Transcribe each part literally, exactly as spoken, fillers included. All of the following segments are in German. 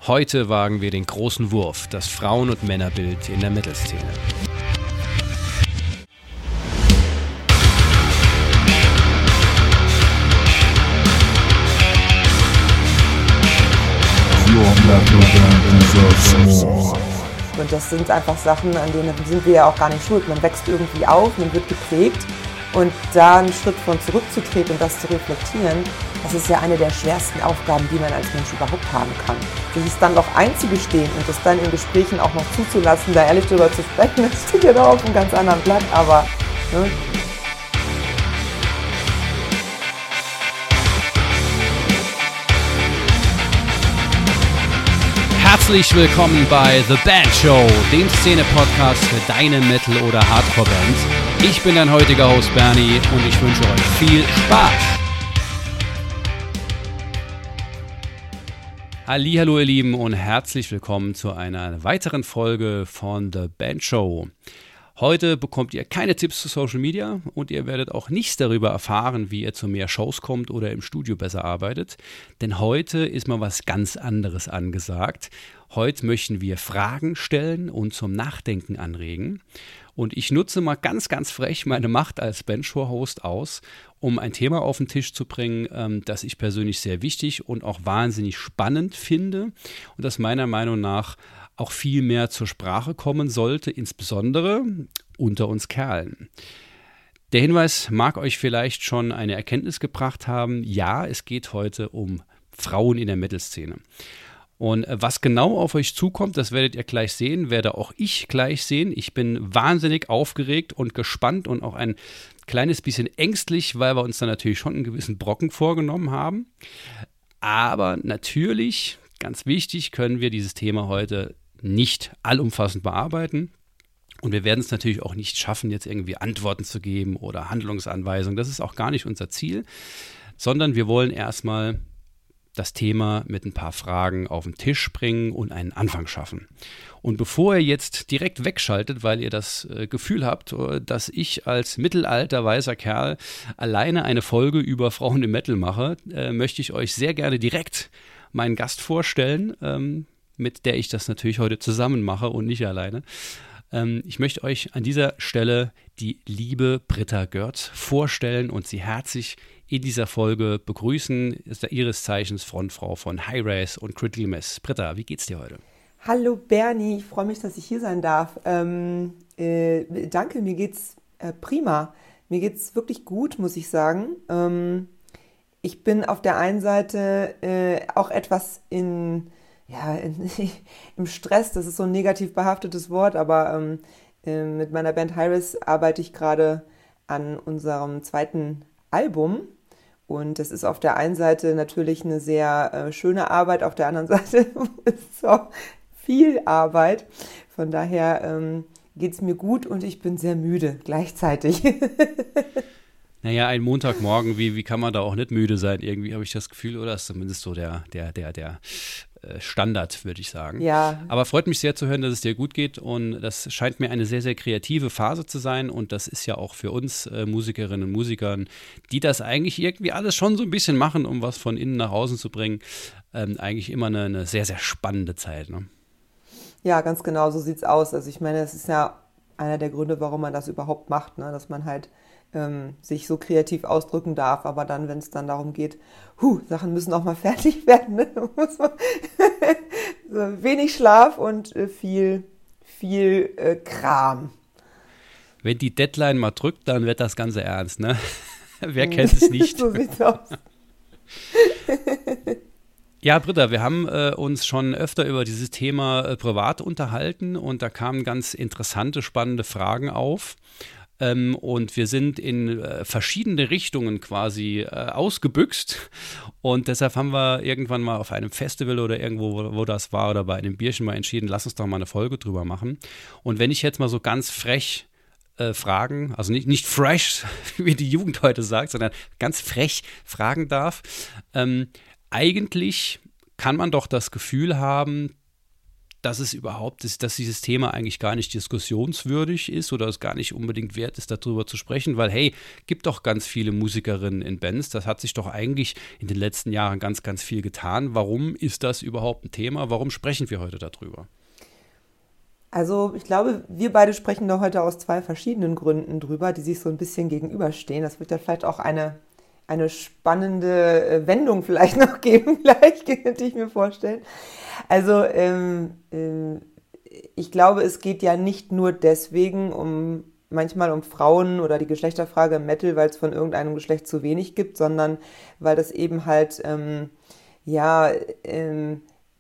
Heute wagen wir den großen Wurf, das Frauen- und Männerbild in der Metal-Szene. Und das sind einfach Sachen, an denen sind wir ja auch gar nicht schuld. Man wächst irgendwie auf, man wird geprägt und da einen Schritt von zurückzutreten und das zu reflektieren, das ist ja eine der schwersten Aufgaben, die man als Mensch überhaupt haben kann. Sich es dann noch einzugestehen und das dann in Gesprächen auch noch zuzulassen, da ehrlich drüber zu sprechen, das steht ja doch auf einem ganz anderen Blatt, aber... Ne? Herzlich willkommen bei The Band Show, dem Szene-Podcast für deine Metal- oder Hardcore-Bands. Ich bin dein heutiger Host Bernie und ich wünsche euch viel Spaß. Hallihallo ihr Lieben und herzlich willkommen zu einer weiteren Folge von The Band Show. Heute bekommt ihr keine Tipps zu Social Media und ihr werdet auch nichts darüber erfahren, wie ihr zu mehr Shows kommt oder im Studio besser arbeitet. Denn heute ist mal was ganz anderes angesagt. Heute möchten wir Fragen stellen und zum Nachdenken anregen. Und ich nutze mal ganz, ganz frech meine Macht als Bandshow-Host aus, um ein Thema auf den Tisch zu bringen, ähm, das ich persönlich sehr wichtig und auch wahnsinnig spannend finde und das meiner Meinung nach auch viel mehr zur Sprache kommen sollte, insbesondere unter uns Kerlen. Der Hinweis mag euch vielleicht schon eine Erkenntnis gebracht haben. Ja, es geht heute um Frauen in der Metal-Szene. Und was genau auf euch zukommt, das werdet ihr gleich sehen, werde auch ich gleich sehen. Ich bin wahnsinnig aufgeregt und gespannt und auch ein kleines bisschen ängstlich, weil wir uns da natürlich schon einen gewissen Brocken vorgenommen haben. Aber natürlich, ganz wichtig, können wir dieses Thema heute nicht allumfassend bearbeiten. Und wir werden es natürlich auch nicht schaffen, jetzt irgendwie Antworten zu geben oder Handlungsanweisungen. Das ist auch gar nicht unser Ziel, sondern wir wollen erstmal das Thema mit ein paar Fragen auf den Tisch bringen und einen Anfang schaffen. Und bevor ihr jetzt direkt wegschaltet, weil ihr das äh, Gefühl habt, äh, dass ich als mittelalter weißer Kerl alleine eine Folge über Frauen im Metal mache, äh, möchte ich euch sehr gerne direkt meinen Gast vorstellen, ähm, mit der ich das natürlich heute zusammen mache und nicht alleine. Ähm, ich möchte euch an dieser Stelle die liebe Britta Görz vorstellen und sie herzlich in dieser Folge begrüßen. Ist ja ihres Zeichens Frontfrau von Hi-Res und Critical Mass. Britta, wie geht's dir heute? Hallo Bernie, ich freue mich, dass ich hier sein darf. Ähm, äh, danke, mir geht's äh, prima. Mir geht's wirklich gut, muss ich sagen. Ähm, ich bin auf der einen Seite äh, auch etwas in, ja, in, im Stress. Das ist so ein negativ behaftetes Wort, aber ähm, äh, mit meiner Band Hi-Res arbeite ich gerade an unserem zweiten Album. Und das ist auf der einen Seite natürlich eine sehr äh, schöne Arbeit, auf der anderen Seite ist es auch viel Arbeit. Von daher ähm, geht es mir gut und ich bin sehr müde gleichzeitig. Naja, ein Montagmorgen, wie, wie kann man da auch nicht müde sein? Irgendwie habe ich das Gefühl, oder ist zumindest so der, der, der, der Standard, würde ich sagen. Ja. Aber freut mich sehr zu hören, dass es dir gut geht und das scheint mir eine sehr, sehr kreative Phase zu sein und das ist ja auch für uns äh, Musikerinnen und Musikern, die das eigentlich irgendwie alles schon so ein bisschen machen, um was von innen nach außen zu bringen, ähm, eigentlich immer eine, eine sehr, sehr spannende Zeit, ne? Ja, ganz genau, so sieht's aus. Also ich meine, es ist ja einer der Gründe, warum man das überhaupt macht, ne? Dass man halt ähm, sich so kreativ ausdrücken darf, aber dann, wenn es dann darum geht, huh, Sachen müssen auch mal fertig werden, ne? Muss man so wenig Schlaf und äh, viel, viel äh, Kram. Wenn die Deadline mal drückt, dann wird das Ganze ernst, ne? Wer kennt es nicht? So sieht's aus. Ja, Britta, wir haben äh, uns schon öfter über dieses Thema äh, privat unterhalten und da kamen ganz interessante, spannende Fragen auf. Ähm, und wir sind in äh, verschiedene Richtungen quasi äh, ausgebüxt und deshalb haben wir irgendwann mal auf einem Festival oder irgendwo, wo, wo das war oder bei einem Bierchen mal entschieden, lass uns doch mal eine Folge drüber machen. Und wenn ich jetzt mal so ganz frech äh, fragen, also nicht, nicht fresh, wie die Jugend heute sagt, sondern ganz frech fragen darf, ähm, eigentlich kann man doch das Gefühl haben, dass es überhaupt ist, dass dieses Thema eigentlich gar nicht diskussionswürdig ist oder es gar nicht unbedingt wert ist, darüber zu sprechen, weil hey, gibt doch ganz viele Musikerinnen in Bands, das hat sich doch eigentlich in den letzten Jahren ganz, ganz viel getan. Warum ist das überhaupt ein Thema? Warum sprechen wir heute darüber? Also ich glaube, wir beide sprechen da heute aus zwei verschiedenen Gründen drüber, die sich so ein bisschen gegenüberstehen. Das wird ja vielleicht auch eine, eine spannende Wendung vielleicht noch geben, gleich könnte ich mir vorstellen. Also ähm, ähm, ich glaube, es geht ja nicht nur deswegen um manchmal um Frauen oder die Geschlechterfrage im Metal, weil es von irgendeinem Geschlecht zu wenig gibt, sondern weil das eben halt, ähm, ja, ähm,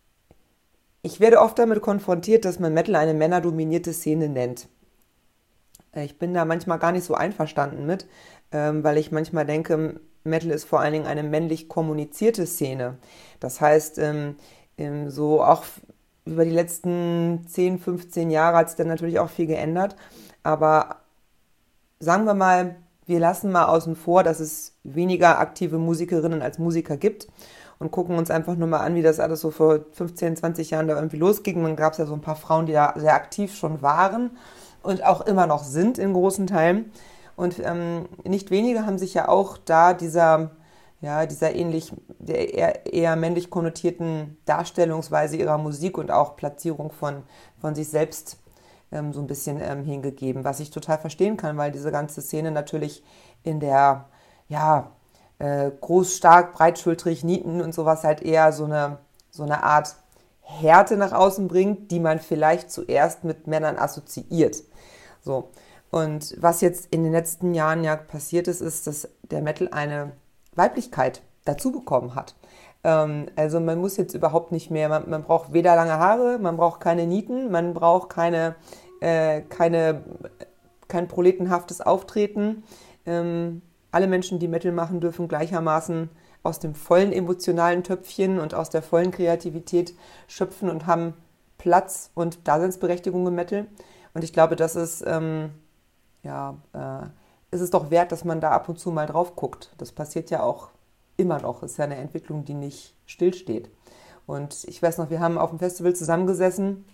ich werde oft damit konfrontiert, dass man Metal eine männerdominierte Szene nennt. Ich bin da manchmal gar nicht so einverstanden mit, ähm, weil ich manchmal denke, Metal ist vor allen Dingen eine männlich kommunizierte Szene. Das heißt, ähm, ähm, so auch über die letzten zehn, fünfzehn Jahre hat sich dann natürlich auch viel geändert. Aber sagen wir mal, wir lassen mal außen vor, dass es weniger aktive Musikerinnen als Musiker gibt und gucken uns einfach nur mal an, wie das alles so vor fünfzehn, zwanzig Jahren da irgendwie losging. Dann gab es ja so ein paar Frauen, die da sehr aktiv schon waren und auch immer noch sind in großen Teilen. Und ähm, nicht wenige haben sich ja auch da dieser, ja, dieser ähnlich, der eher, eher männlich konnotierten Darstellungsweise ihrer Musik und auch Platzierung von, von sich selbst ähm, so ein bisschen ähm, hingegeben, was ich total verstehen kann, weil diese ganze Szene natürlich in der, ja, äh, groß, stark, breitschultrig, Nieten und sowas halt eher so eine, so eine Art Härte nach außen bringt, die man vielleicht zuerst mit Männern assoziiert. So. Und was jetzt in den letzten Jahren ja passiert ist, ist, dass der Metal eine Weiblichkeit dazu bekommen hat. Ähm, also man muss jetzt überhaupt nicht mehr, man, man braucht weder lange Haare, man braucht keine Nieten, man braucht keine, äh, keine, kein proletenhaftes Auftreten. Ähm, alle Menschen, die Metal machen, dürfen gleichermaßen aus dem vollen emotionalen Töpfchen und aus der vollen Kreativität schöpfen und haben Platz und Daseinsberechtigung im Metal. Und ich glaube, das ist, ähm, ja, äh, ist es doch wert, dass man da ab und zu mal drauf guckt. Das passiert ja auch immer noch. Das ist ja eine Entwicklung, die nicht stillsteht. Und ich weiß noch, wir haben auf dem Festival zusammengesessen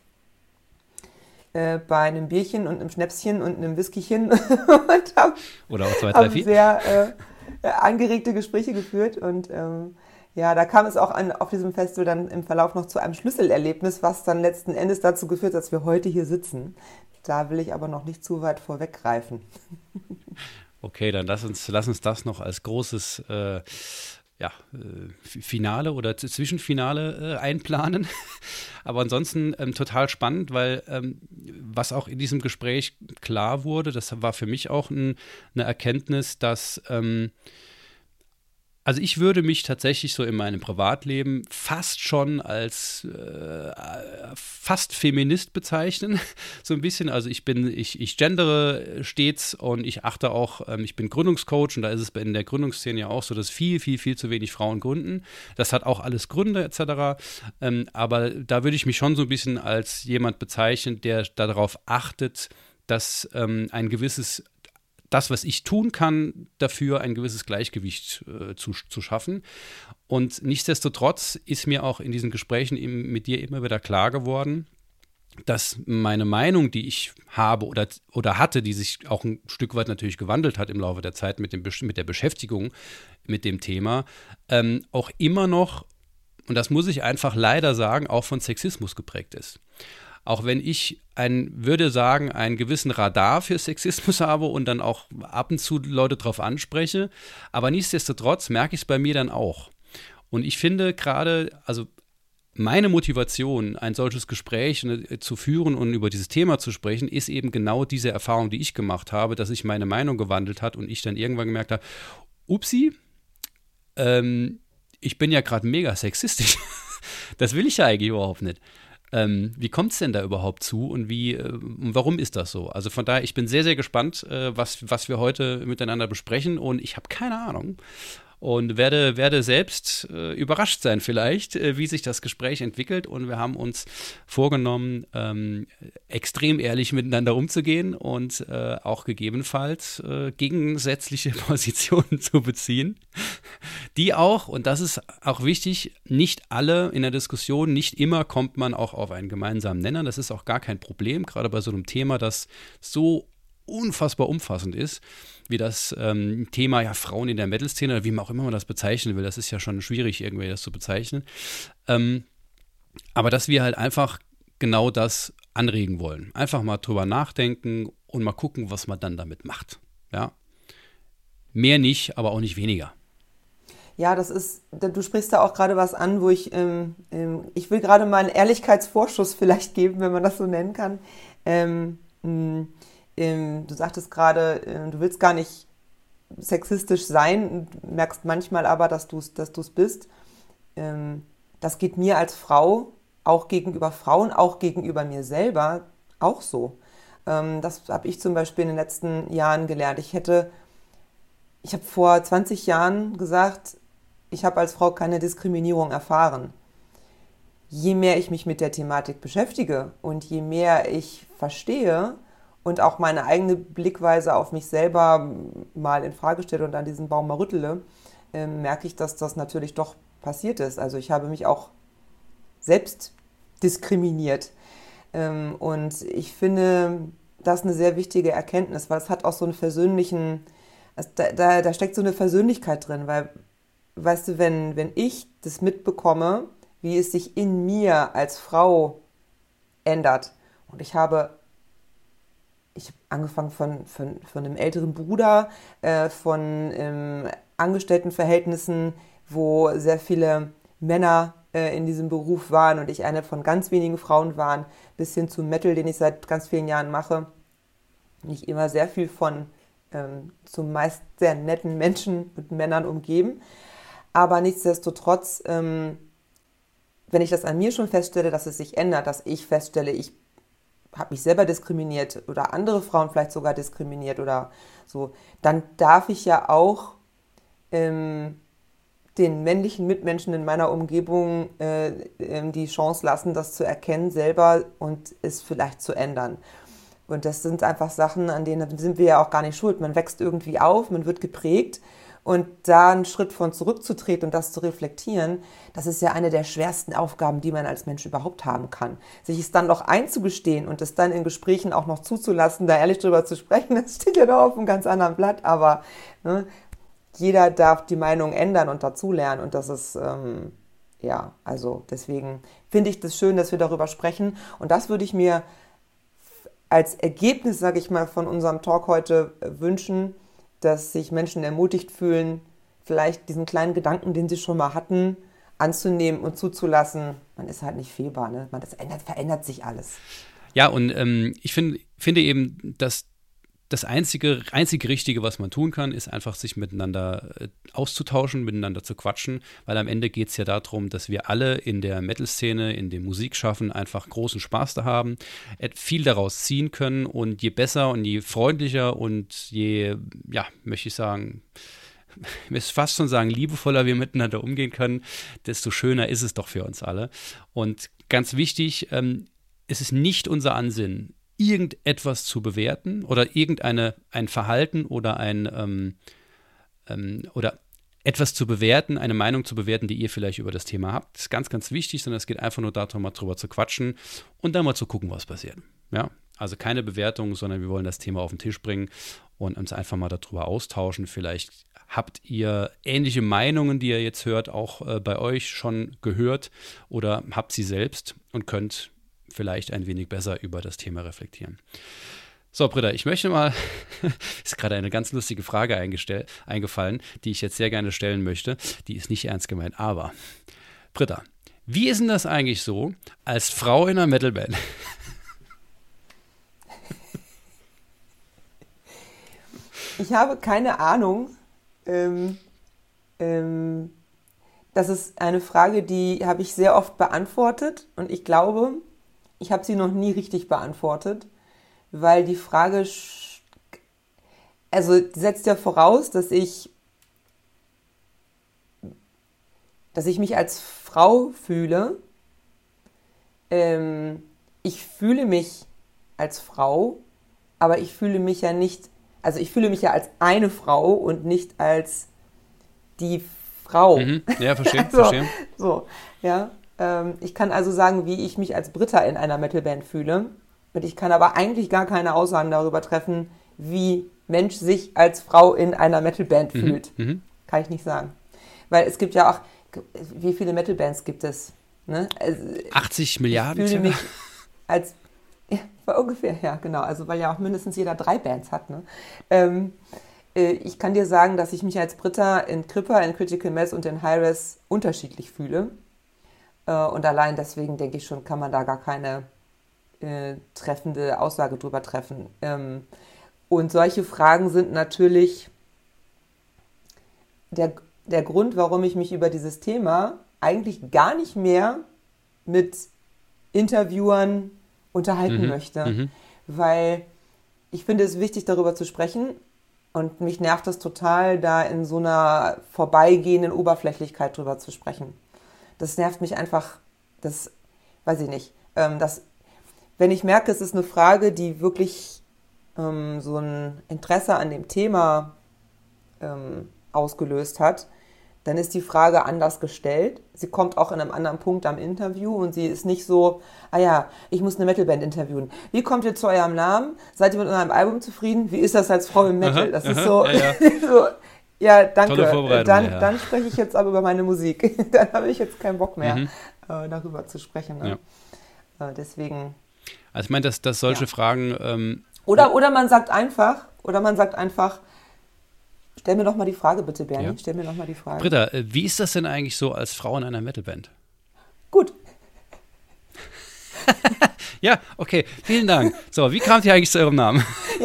äh, bei einem Bierchen und einem Schnäpschen und einem Whiskychen und haben, Oder auch zwei, drei, haben sehr äh, angeregte Gespräche geführt. Und ähm, ja, da kam es auch an, auf diesem Festival dann im Verlauf noch zu einem Schlüsselerlebnis, was dann letzten Endes dazu geführt hat, dass wir heute hier sitzen. Da will ich aber noch nicht zu weit vorweggreifen. Okay, dann lass uns, lass uns das noch als großes äh, ja, äh, Finale oder Zwischenfinale äh, einplanen. Aber ansonsten ähm, total spannend, weil ähm, was auch in diesem Gespräch klar wurde, das war für mich auch ein, eine Erkenntnis, dass ähm, also ich würde mich tatsächlich so in meinem Privatleben fast schon als äh, fast Feminist bezeichnen, so ein bisschen. Also ich bin, ich, ich gendere stets und ich achte auch, ähm, ich bin Gründungscoach und da ist es in der Gründungsszene ja auch so, dass viel, viel, viel zu wenig Frauen gründen. Das hat auch alles Gründe et cetera. Ähm, aber da würde ich mich schon so ein bisschen als jemand bezeichnen, der darauf achtet, dass ähm, ein gewisses das, was ich tun kann, dafür ein gewisses Gleichgewicht äh, zu, zu schaffen. Und nichtsdestotrotz ist mir auch in diesen Gesprächen im, mit dir immer wieder klar geworden, dass meine Meinung, die ich habe oder, oder hatte, die sich auch ein Stück weit natürlich gewandelt hat im Laufe der Zeit mit, dem, mit der Beschäftigung mit dem Thema, ähm, auch immer noch, und das muss ich einfach leider sagen, auch von Sexismus geprägt ist. Auch wenn ich, ein, würde sagen, einen gewissen Radar für Sexismus habe und dann auch ab und zu Leute drauf anspreche, aber nichtsdestotrotz merke ich es bei mir dann auch. Und ich finde gerade, also meine Motivation, ein solches Gespräch zu führen und über dieses Thema zu sprechen, ist eben genau diese Erfahrung, die ich gemacht habe, dass sich meine Meinung gewandelt hat und ich dann irgendwann gemerkt habe, upsi, ähm, ich bin ja gerade mega sexistisch. Das will ich ja eigentlich überhaupt nicht. Ähm, wie kommt es denn da überhaupt zu und wie, äh, warum ist das so? Also von daher, ich bin sehr, sehr gespannt, äh, was, was wir heute miteinander besprechen und ich habe keine Ahnung, und werde, werde selbst äh, überrascht sein vielleicht, äh, wie sich das Gespräch entwickelt. Und wir haben uns vorgenommen, ähm, extrem ehrlich miteinander umzugehen und äh, auch gegebenenfalls äh, gegensätzliche Positionen zu beziehen, die auch, und das ist auch wichtig, nicht alle in der Diskussion, nicht immer kommt man auch auf einen gemeinsamen Nenner. Das ist auch gar kein Problem, gerade bei so einem Thema, das so unfassbar umfassend ist, wie das ähm, Thema ja Frauen in der Metal-Szene, oder wie man auch immer man das bezeichnen will. Das ist ja schon schwierig, irgendwie das zu bezeichnen. Ähm, aber dass wir halt einfach genau das anregen wollen. Einfach mal drüber nachdenken und mal gucken, was man dann damit macht. Ja. Mehr nicht, aber auch nicht weniger. Ja, das ist, du sprichst da auch gerade was an, wo ich, ähm, ähm, ich will gerade mal einen Ehrlichkeitsvorschuss vielleicht geben, wenn man das so nennen kann. Ähm, mh, ähm, du sagtest gerade, äh, du willst gar nicht sexistisch sein, merkst manchmal aber, dass du es dass du's bist. Ähm, das geht mir als Frau, auch gegenüber Frauen, auch gegenüber mir selber, auch so. Ähm, das habe ich zum Beispiel in den letzten Jahren gelernt. Ich hätte, ich habe vor zwanzig Jahren gesagt, ich habe als Frau keine Diskriminierung erfahren. Je mehr ich mich mit der Thematik beschäftige und je mehr ich verstehe und auch meine eigene Blickweise auf mich selber mal in Frage stelle und an diesen Baum mal rüttele, äh, merke ich, dass das natürlich doch passiert ist. Also ich habe mich auch selbst diskriminiert. Ähm, und ich finde das eine sehr wichtige Erkenntnis, weil es hat auch so einen versöhnlichen, da, da, da steckt so eine Versöhnlichkeit drin, weil, weißt du, wenn, wenn ich das mitbekomme, wie es sich in mir als Frau ändert, und ich habe Ich habe angefangen von, von, von einem älteren Bruder, äh, von ähm, Angestelltenverhältnissen, wo sehr viele Männer äh, in diesem Beruf waren und ich eine von ganz wenigen Frauen war, bis hin zum Metal, den ich seit ganz vielen Jahren mache. Nicht immer sehr viel von ähm, zumeist sehr netten Menschen und Männern umgeben. Aber nichtsdestotrotz, ähm, wenn ich das an mir schon feststelle, dass es sich ändert, dass ich feststelle, ich habe mich selber diskriminiert oder andere Frauen vielleicht sogar diskriminiert oder so, dann darf ich ja auch ähm, den männlichen Mitmenschen in meiner Umgebung äh, äh, die Chance lassen, das zu erkennen selber und es vielleicht zu ändern. Und das sind einfach Sachen, an denen sind wir ja auch gar nicht schuld. Man wächst irgendwie auf, man wird geprägt. Und da einen Schritt von zurückzutreten und das zu reflektieren, das ist ja eine der schwersten Aufgaben, die man als Mensch überhaupt haben kann. Sich es dann noch einzugestehen und es dann in Gesprächen auch noch zuzulassen, da ehrlich drüber zu sprechen, das steht ja doch auf einem ganz anderen Blatt, aber ne, jeder darf die Meinung ändern und dazulernen und das ist, ähm, ja, also deswegen finde ich das schön, dass wir darüber sprechen und das würde ich mir als Ergebnis, sage ich mal, von unserem Talk heute wünschen, dass sich Menschen ermutigt fühlen, vielleicht diesen kleinen Gedanken, den sie schon mal hatten, anzunehmen und zuzulassen. Man ist halt nicht fehlbar, ne? Man, das ändert, verändert sich alles. Ja, und ähm, ich find, finde eben, dass das einzige, einzige Richtige, was man tun kann, ist einfach sich miteinander äh, auszutauschen, miteinander zu quatschen, weil am Ende geht es ja darum, dass wir alle in der Metal-Szene, in dem Musikschaffen einfach großen Spaß da haben, viel daraus ziehen können und je besser und je freundlicher und je, ja, möchte ich sagen, ich muss fast schon sagen, liebevoller wir miteinander umgehen können, desto schöner ist es doch für uns alle. Und ganz wichtig, ähm, es ist nicht unser Ansinnen, irgendetwas zu bewerten oder irgendeine ein Verhalten oder ein ähm, ähm, oder etwas zu bewerten, eine Meinung zu bewerten, die ihr vielleicht über das Thema habt. Das ist ganz, ganz wichtig, sondern es geht einfach nur darum, mal drüber zu quatschen und dann mal zu gucken, was passiert. Ja, also keine Bewertung, sondern wir wollen das Thema auf den Tisch bringen und uns einfach mal darüber austauschen. Vielleicht habt ihr ähnliche Meinungen, die ihr jetzt hört, auch äh, bei euch schon gehört oder habt sie selbst und könnt vielleicht ein wenig besser über das Thema reflektieren. So, Britta, ich möchte mal, ist gerade eine ganz lustige Frage eingefallen, die ich jetzt sehr gerne stellen möchte. Die ist nicht ernst gemeint, aber Britta, wie ist denn das eigentlich so als Frau in einer Metalband? Ich habe keine Ahnung. Ähm, ähm, das ist eine Frage, die habe ich sehr oft beantwortet und ich glaube, ich habe sie noch nie richtig beantwortet, weil die Frage, also die setzt ja voraus, dass ich dass ich mich als Frau fühle. Ähm, ich fühle mich als Frau, aber ich fühle mich ja nicht, also ich fühle mich ja als eine Frau und nicht als die Frau. Mhm. Ja, verstehe, also, verstehe. So, ja. Ähm, ich kann also sagen, wie ich mich als Britta in einer Metalband fühle. Und ich kann aber eigentlich gar keine Aussagen darüber treffen, wie Mensch sich als Frau in einer Metalband Mhm. fühlt. Mhm. Kann ich nicht sagen. Weil es gibt ja auch, wie viele Metalbands gibt es? Ne? Also, achtzig Milliarden? ich fühle circa? mich als, ja, war ungefähr, ja, genau. Also, weil ja auch mindestens jeder drei Bands hat. Ne? Ähm, äh, ich kann dir sagen, dass ich mich als Britta in Cripper, in Critical Mass und in Hi-Res unterschiedlich fühle. Äh, und allein deswegen denke ich schon, kann man da gar keine äh, treffende Aussage drüber treffen. Ähm, und solche Fragen sind natürlich der, der Grund, warum ich mich über dieses Thema eigentlich gar nicht mehr mit Interviewern unterhalten Mhm. möchte. Mhm. Weil ich finde es wichtig, darüber zu sprechen. Und mich nervt es total, da in so einer vorbeigehenden Oberflächlichkeit drüber zu sprechen. Das nervt mich einfach, das weiß ich nicht. Ähm, das, wenn ich merke, es ist eine Frage, die wirklich ähm, so ein Interesse an dem Thema ähm, ausgelöst hat, dann ist die Frage anders gestellt. Sie kommt auch in einem anderen Punkt am Interview und sie ist nicht so, ah ja, ich muss eine Metalband interviewen. Wie kommt ihr zu eurem Namen? Seid ihr mit eurem Album zufrieden? Wie ist das als Frau im Metal? Aha, Das ist aha, so, ja, ja. so, ja, danke. Tolle Vorbereitung, Dann, ja. dann spreche ich jetzt aber über meine Musik. Dann habe ich jetzt keinen Bock mehr, Mhm. äh, darüber zu sprechen. Ne? Äh, deswegen. Also ich meine, dass, dass solche Ja. Fragen, ähm, Oder, oder man sagt einfach, oder man sagt einfach, stell mir doch mal die Frage bitte, Bernie. Ja. Stell mir noch mal die Frage. Britta, äh, wie ist das denn eigentlich so als Frau in einer Metalband? Gut. Ja, okay, vielen Dank. So, wie kamt ihr eigentlich zu eurem Namen?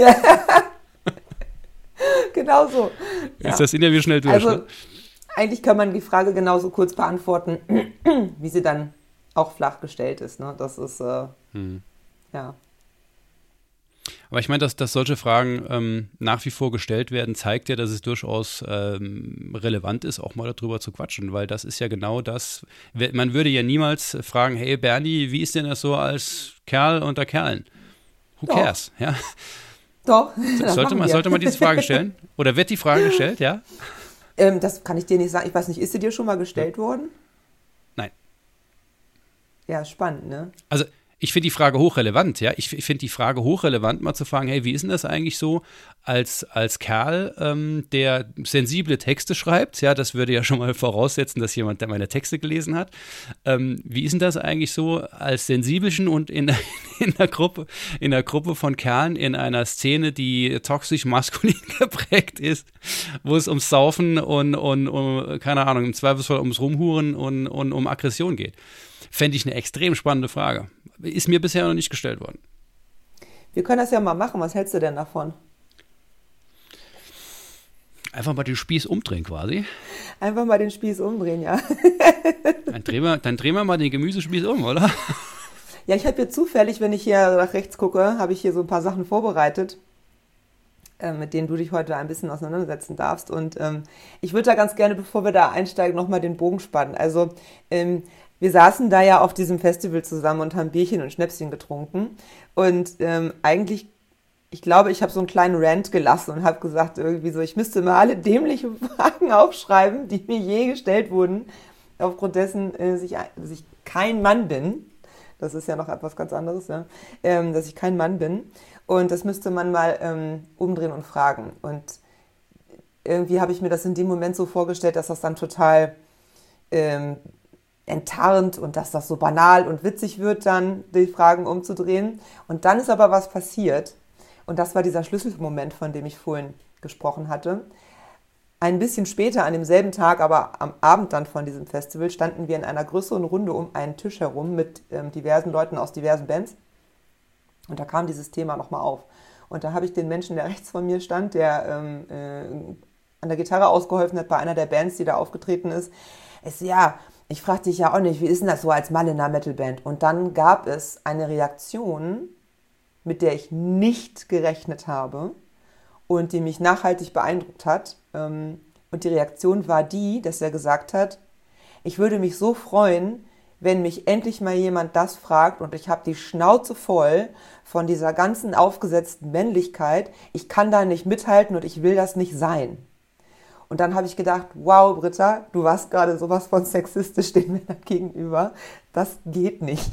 Genau so. Ja. Ist das Interview schnell durch? Also, Ne? eigentlich kann man die Frage genauso kurz beantworten, wie sie dann auch flach gestellt ist. Ne? Das ist, äh, Hm. ja. Aber ich meine, dass, dass solche Fragen ähm, nach wie vor gestellt werden, zeigt ja, dass es durchaus ähm, relevant ist, auch mal darüber zu quatschen, weil das ist ja genau das, man würde ja niemals fragen, hey Bernie, wie ist denn das so als Kerl unter Kerlen? Who Doch. cares? Ja? Doch. das Sollte machen man, wir. sollte man diese Frage stellen? Oder wird die Frage gestellt, ja? Ähm, das kann ich dir nicht sagen. Ich weiß nicht, ist sie dir schon mal gestellt worden? Nein. Ja, spannend, ne? Also ich finde die Frage hochrelevant, ja. Ich, ich finde die Frage hochrelevant, mal zu fragen, hey, wie ist denn das eigentlich so als, als Kerl, ähm, der sensible Texte schreibt? Ja, das würde ja schon mal voraussetzen, dass jemand, der meine Texte gelesen hat. Ähm, wie ist denn das eigentlich so als Sensibelchen und in, in, der Gruppe, in der Gruppe von Kerlen in einer Szene, die toxisch maskulin geprägt ist, wo es ums Saufen und, und um, keine Ahnung, im Zweifelsfall ums Rumhuren und, und um Aggression geht? Fände ich eine extrem spannende Frage. Ist mir bisher noch nicht gestellt worden. Wir können das ja mal machen. Was hältst du denn davon? Einfach mal den Spieß umdrehen quasi. Einfach mal den Spieß umdrehen, ja. Dann drehen wir, dann drehen wir mal den Gemüsespieß um, oder? Ja, ich habe hier zufällig, wenn ich hier nach rechts gucke, habe ich hier so ein paar Sachen vorbereitet, äh, mit denen du dich heute ein bisschen auseinandersetzen darfst. Und ähm, ich würde da ganz gerne, bevor wir da einsteigen, nochmal den Bogen spannen. Also ähm, wir saßen da ja auf diesem Festival zusammen und haben Bierchen und Schnäpschen getrunken. Und ähm, eigentlich, ich glaube, ich habe so einen kleinen Rant gelassen und habe gesagt, irgendwie so, ich müsste mal alle dämlichen Fragen aufschreiben, die mir je gestellt wurden, aufgrund dessen, äh, dass, ich, dass ich kein Mann bin. Das ist ja noch etwas ganz anderes, ja? ähm, dass ich kein Mann bin. Und das müsste man mal ähm, umdrehen und fragen. Und irgendwie habe ich mir das in dem Moment so vorgestellt, dass das dann total ähm, enttarnt und dass das so banal und witzig wird, dann die Fragen umzudrehen. Und dann ist aber was passiert. Und das war dieser Schlüsselmoment, von dem ich vorhin gesprochen hatte. Ein bisschen später, an demselben Tag, aber am Abend dann von diesem Festival, standen wir in einer größeren Runde um einen Tisch herum mit ähm, diversen Leuten aus diversen Bands. Und da kam dieses Thema nochmal auf. Und da habe ich den Menschen, der rechts von mir stand, der ähm, äh, an der Gitarre ausgeholfen hat bei einer der Bands, die da aufgetreten ist. Es ja, ich frage dich ja auch nicht, wie ist denn das so als Mann in einer Metalband? Und dann gab es eine Reaktion, mit der ich nicht gerechnet habe und die mich nachhaltig beeindruckt hat. Und die Reaktion war die, dass er gesagt hat, Ich würde mich so freuen, wenn mich endlich mal jemand das fragt und ich habe die Schnauze voll von dieser ganzen aufgesetzten Männlichkeit. Ich kann da nicht mithalten und ich will das nicht sein. Und dann habe ich gedacht, wow, Britta, du warst gerade sowas von sexistisch den Männern gegenüber. Das geht nicht.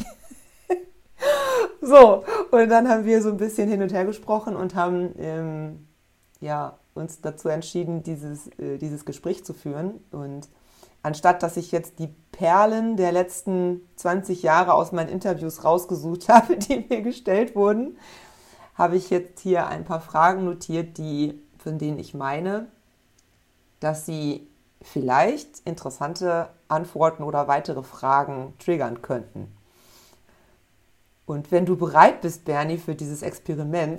So, und dann haben wir so ein bisschen hin und her gesprochen und haben ähm, ja, uns dazu entschieden, dieses, äh, dieses Gespräch zu führen. Und anstatt, dass ich jetzt die Perlen der letzten zwanzig Jahre aus meinen Interviews rausgesucht habe, die mir gestellt wurden, habe ich jetzt hier ein paar Fragen notiert, die, von denen ich meine, dass sie vielleicht interessante Antworten oder weitere Fragen triggern könnten. Und wenn du bereit bist, Bernie, für dieses Experiment,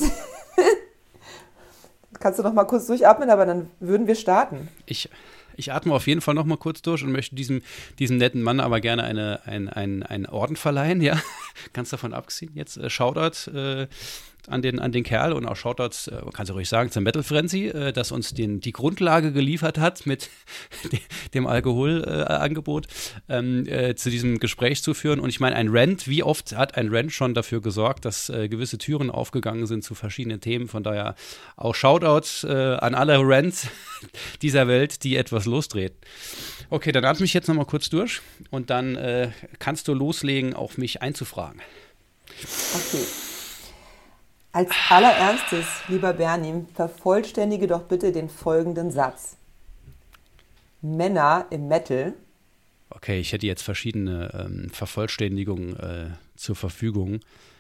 kannst du noch mal kurz durchatmen, aber dann würden wir starten. Ich, ich atme auf jeden Fall noch mal kurz durch und möchte diesem, diesem netten Mann aber gerne eine, ein, ein, einen Orden verleihen, ja. Ganz davon abgesehen. Jetzt äh, Shoutout äh, an den, an den Kerl und auch Shoutouts, äh, kannst du ruhig sagen, zum Metal Frenzy, äh, das uns den, die Grundlage geliefert hat mit de, dem Alkoholangebot äh, ähm, äh, zu diesem Gespräch zu führen. Und ich meine, ein Rant, wie oft hat ein Rant schon dafür gesorgt, dass äh, gewisse Türen aufgegangen sind zu verschiedenen Themen. Von daher auch Shoutouts äh, an alle Rants dieser Welt, die etwas lostreten. Okay, dann atme ich jetzt noch mal kurz durch und dann äh, kannst du loslegen, auf mich einzufragen. Okay. Als allererstes, lieber Bernie, vervollständige doch bitte den folgenden Satz. Männer im Metal. Okay, ich hätte jetzt verschiedene ähm, Vervollständigungen äh, zur Verfügung.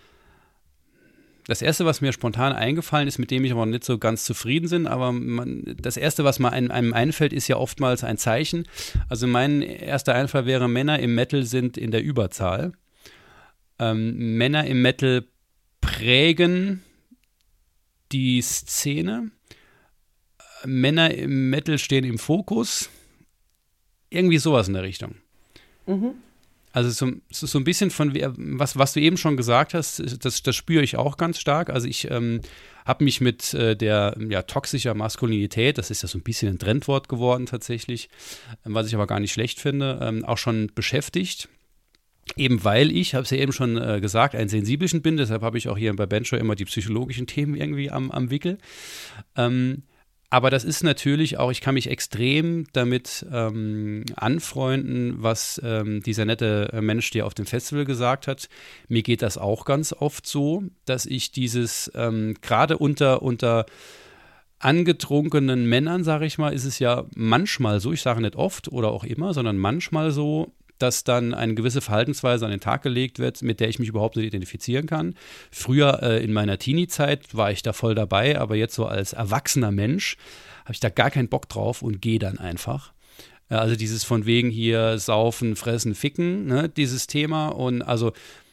Das Erste, was mir spontan eingefallen ist, mit dem ich aber nicht so ganz zufrieden bin, aber man, das Erste, was mal einem, einem einfällt, ist ja oftmals ein Zeichen. Also mein erster Einfall wäre, Männer im Metal sind in der Überzahl. Ähm, Männer im Metal prägen die Szene. Männer im Metal stehen im Fokus. Irgendwie sowas in der Richtung. Mhm. Also so, so, so ein bisschen von, was, was du eben schon gesagt hast, das, das spüre ich auch ganz stark. Also ich ähm, habe mich mit äh, der ja, toxischer Maskulinität, das ist ja so ein bisschen ein Trendwort geworden tatsächlich, was ich aber gar nicht schlecht finde, ähm, auch schon beschäftigt. Eben weil ich, habe es ja eben schon äh, gesagt, ein Sensibelchen bin, deshalb habe ich auch hier bei Bencho immer die psychologischen Themen irgendwie am, am Wickel. Ähm, aber das ist natürlich auch, ich kann mich extrem damit ähm, anfreunden, was ähm, dieser nette Mensch dir auf dem Festival gesagt hat. Mir geht das auch ganz oft so, dass ich dieses, ähm, gerade unter, unter angetrunkenen Männern, sage ich mal, ist es ja manchmal so, ich sage nicht oft oder auch immer, sondern manchmal so, dass dann eine gewisse Verhaltensweise an den Tag gelegt wird, mit der ich mich überhaupt nicht identifizieren kann. Früher äh, in meiner Teenie-Zeit war ich da voll dabei, aber jetzt so als erwachsener Mensch habe ich da gar keinen Bock drauf und gehe dann einfach. Äh, also dieses von wegen hier saufen, fressen, ficken, ne, dieses Thema. Und also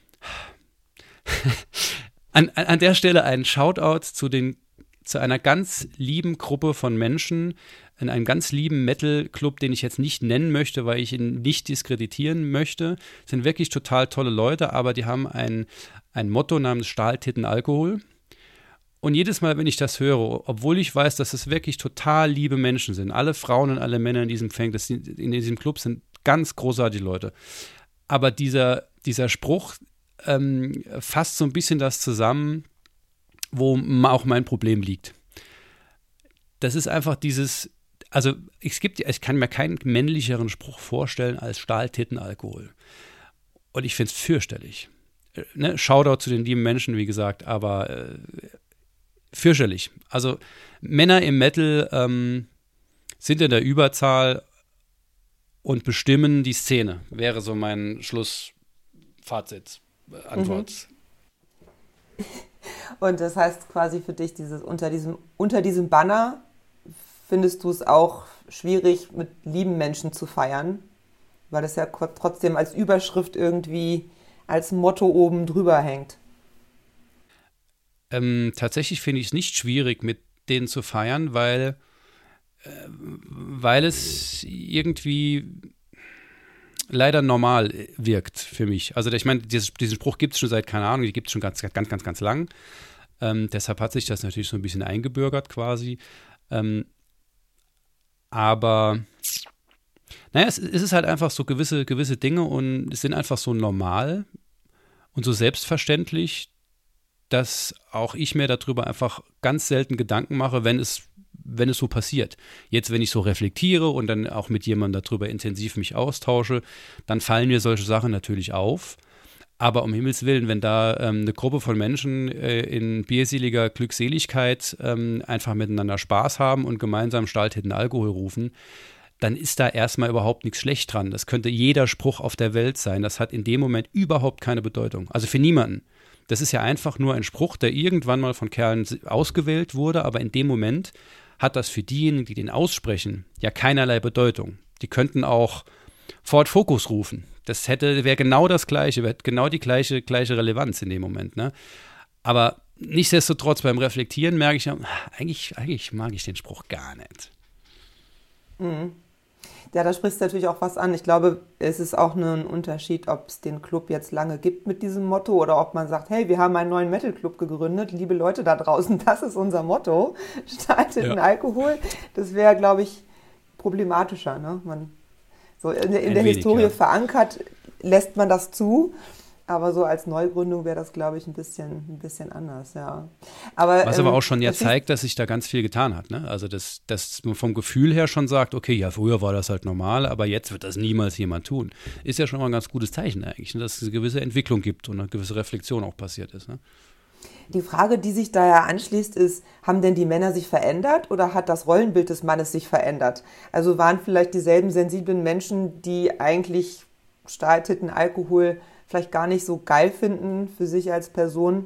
an, an der Stelle ein Shoutout zu den zu einer ganz lieben Gruppe von Menschen, in einem ganz lieben Metal-Club, den ich jetzt nicht nennen möchte, weil ich ihn nicht diskreditieren möchte. Das sind wirklich total tolle Leute, aber die haben ein, ein Motto namens Stahltitten Alkohol. Und jedes Mal, wenn ich das höre, obwohl ich weiß, dass es wirklich total liebe Menschen sind, alle Frauen und alle Männer in diesem Fang, das sind, in diesem Club sind ganz großartige Leute. Aber dieser, dieser Spruch ähm, fasst so ein bisschen das zusammen, wo auch mein Problem liegt. Das ist einfach dieses, also es gibt, ich kann mir keinen männlicheren Spruch vorstellen als Stahltittenalkohol. Und ich finde es fürchterlich. Ne? Shoutout zu den lieben Menschen, wie gesagt, aber äh, fürchterlich. Also Männer im Metal ähm, sind in der Überzahl und bestimmen die Szene, wäre so mein Schlussfazit, äh, Antwort. Mhm. Und das heißt quasi für dich, dieses unter diesem, unter diesem Banner findest du es auch schwierig, mit lieben Menschen zu feiern, weil das ja trotzdem als Überschrift irgendwie als Motto oben drüber hängt. Ähm, tatsächlich finde ich es nicht schwierig, mit denen zu feiern, weil, äh, weil es irgendwie leider normal wirkt für mich. Also ich meine, dieses, diesen Spruch gibt es schon seit, keine Ahnung, die gibt es schon ganz, ganz, ganz, ganz lang. Ähm, deshalb hat sich das natürlich so ein bisschen eingebürgert quasi. Ähm, aber naja, es, es ist halt einfach so gewisse, gewisse Dinge und es sind einfach so normal und so selbstverständlich, dass auch ich mir darüber einfach ganz selten Gedanken mache, wenn es, wenn es so passiert. Jetzt, wenn ich so reflektiere und dann auch mit jemandem darüber intensiv mich austausche, dann fallen mir solche Sachen natürlich auf. Aber um Himmels Willen, wenn da ähm, eine Gruppe von Menschen äh, in bierseliger Glückseligkeit ähm, einfach miteinander Spaß haben und gemeinsam Stahltitten Alkohol rufen, dann ist da erstmal überhaupt nichts schlecht dran. Das könnte jeder Spruch auf der Welt sein. Das hat in dem Moment überhaupt keine Bedeutung. Also für niemanden. Das ist ja einfach nur ein Spruch, der irgendwann mal von Kerlen ausgewählt wurde, aber in dem Moment hat das für diejenigen, die den aussprechen, ja keinerlei Bedeutung. Die könnten auch Ford Focus rufen. Das hätte, wäre genau das Gleiche, wäre genau die gleiche, gleiche Relevanz in dem Moment, ne? Aber nichtsdestotrotz beim Reflektieren merke ich ja, eigentlich, eigentlich mag ich den Spruch gar nicht. Mhm. Ja, da sprichst du natürlich auch was an. Ich glaube, es ist auch ein Unterschied, ob es den Club jetzt lange gibt mit diesem Motto oder ob man sagt, hey, wir haben einen neuen Metal-Club gegründet, liebe Leute da draußen, das ist unser Motto, Stahltitten Ja. Alkohol. Das wäre, glaube ich, problematischer, ne? Man So in, in der wenig, Historie ja. verankert, lässt man das zu, aber so als Neugründung wäre das, glaube ich, ein bisschen, ein bisschen anders, ja. Aber, Was ähm, aber auch schon ja das zeigt, dass sich da ganz viel getan hat, ne? Also dass, dass man vom Gefühl her schon sagt, okay, ja, früher war das halt normal, aber jetzt wird das niemals jemand tun. Ist ja schon mal ein ganz gutes Zeichen eigentlich, ne? Dass es eine gewisse Entwicklung gibt und eine gewisse Reflexion auch passiert ist, ne? Die Frage, die sich da ja anschließt, ist, haben denn die Männer sich verändert oder hat das Rollenbild des Mannes sich verändert? Also waren vielleicht dieselben sensiblen Menschen, die eigentlich Stahltitten, Alkohol vielleicht gar nicht so geil finden für sich als Person,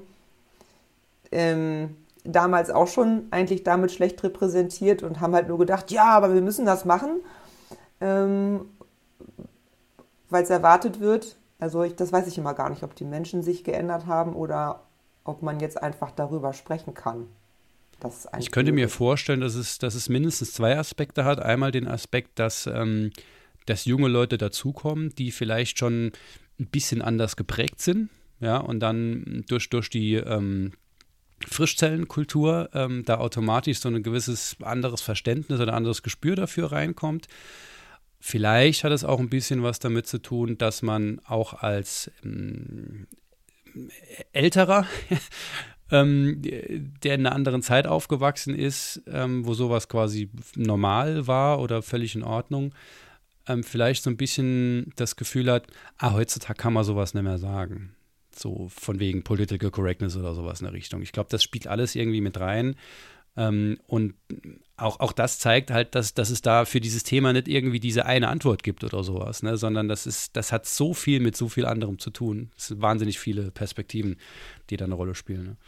ähm, damals auch schon eigentlich damit schlecht repräsentiert und haben halt nur gedacht, ja, aber wir müssen das machen, ähm, weil es erwartet wird. Also ich, das weiß ich immer gar nicht, ob die Menschen sich geändert haben oder ob man jetzt einfach darüber sprechen kann. Das ist Ich könnte mir vorstellen, dass es, dass es mindestens zwei Aspekte hat. Einmal den Aspekt, dass, ähm, dass junge Leute dazukommen, die vielleicht schon ein bisschen anders geprägt sind, ja, und dann durch, durch die ähm, Frischzellenkultur ähm, da automatisch so ein gewisses anderes Verständnis oder anderes Gespür dafür reinkommt. Vielleicht hat es auch ein bisschen was damit zu tun, dass man auch als ähm, älterer, ähm, der in einer anderen Zeit aufgewachsen ist, ähm, wo sowas quasi normal war oder völlig in Ordnung, ähm, vielleicht so ein bisschen das Gefühl hat, ah, heutzutage kann man sowas nicht mehr sagen. So von wegen Political Correctness oder sowas in der Richtung. Ich glaube, das spielt alles irgendwie mit rein. Ähm, und auch, auch das zeigt halt, dass, dass es da für dieses Thema nicht irgendwie diese eine Antwort gibt oder sowas, ne? Sondern das ist, das hat so viel mit so viel anderem zu tun. Es sind wahnsinnig viele Perspektiven, die da eine Rolle spielen, ne?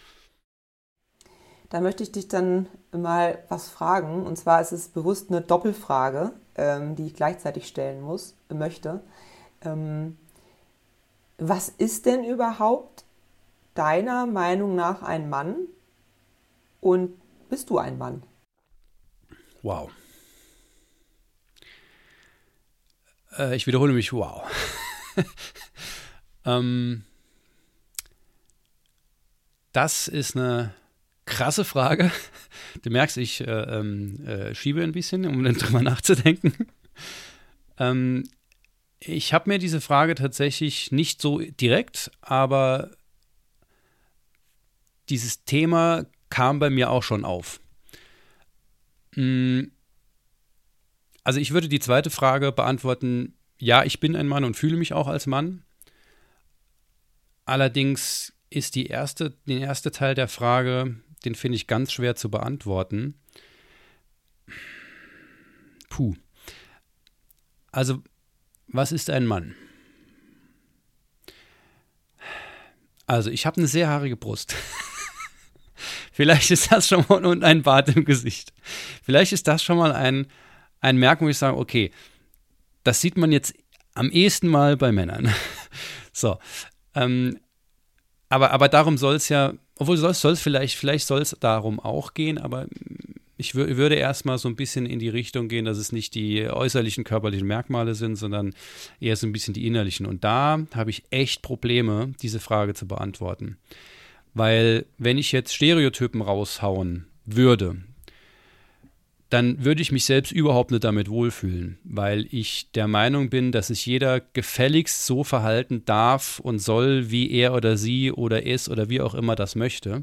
Da möchte ich dich dann mal was fragen. Und zwar ist es bewusst eine Doppelfrage, ähm, die ich gleichzeitig stellen muss, möchte. Ähm, was ist denn überhaupt deiner Meinung nach ein Mann? Und bist du ein Mann? Wow. Äh, ich wiederhole mich, wow. ähm, das ist eine krasse Frage. Du merkst, ich äh, äh, schiebe ein bisschen, um dann drüber nachzudenken. ähm, ich habe mir diese Frage tatsächlich nicht so direkt, aber dieses Thema kam bei mir auch schon auf. Also ich würde die zweite Frage beantworten, ja, ich bin ein Mann und fühle mich auch als Mann. Allerdings ist die erste, den erste Teil der Frage, den finde ich ganz schwer zu beantworten. Puh. Also, was ist ein Mann? Also, ich habe eine sehr haarige Brust. Vielleicht ist das schon mal und ein Bart im Gesicht. Vielleicht ist das schon mal ein, ein Merkmal, wo ich sage, okay, das sieht man jetzt am ehesten mal bei Männern. So, ähm, aber, aber darum soll es ja, obwohl soll es vielleicht, vielleicht soll es darum auch gehen, aber ich wür, würde erstmal so ein bisschen in die Richtung gehen, dass es nicht die äußerlichen körperlichen Merkmale sind, sondern eher so ein bisschen die innerlichen. Und da habe ich echt Probleme, diese Frage zu beantworten. Weil wenn ich jetzt Stereotypen raushauen würde, dann würde ich mich selbst überhaupt nicht damit wohlfühlen, weil ich der Meinung bin, dass sich jeder gefälligst so verhalten darf und soll, wie er oder sie oder es oder wie auch immer das möchte.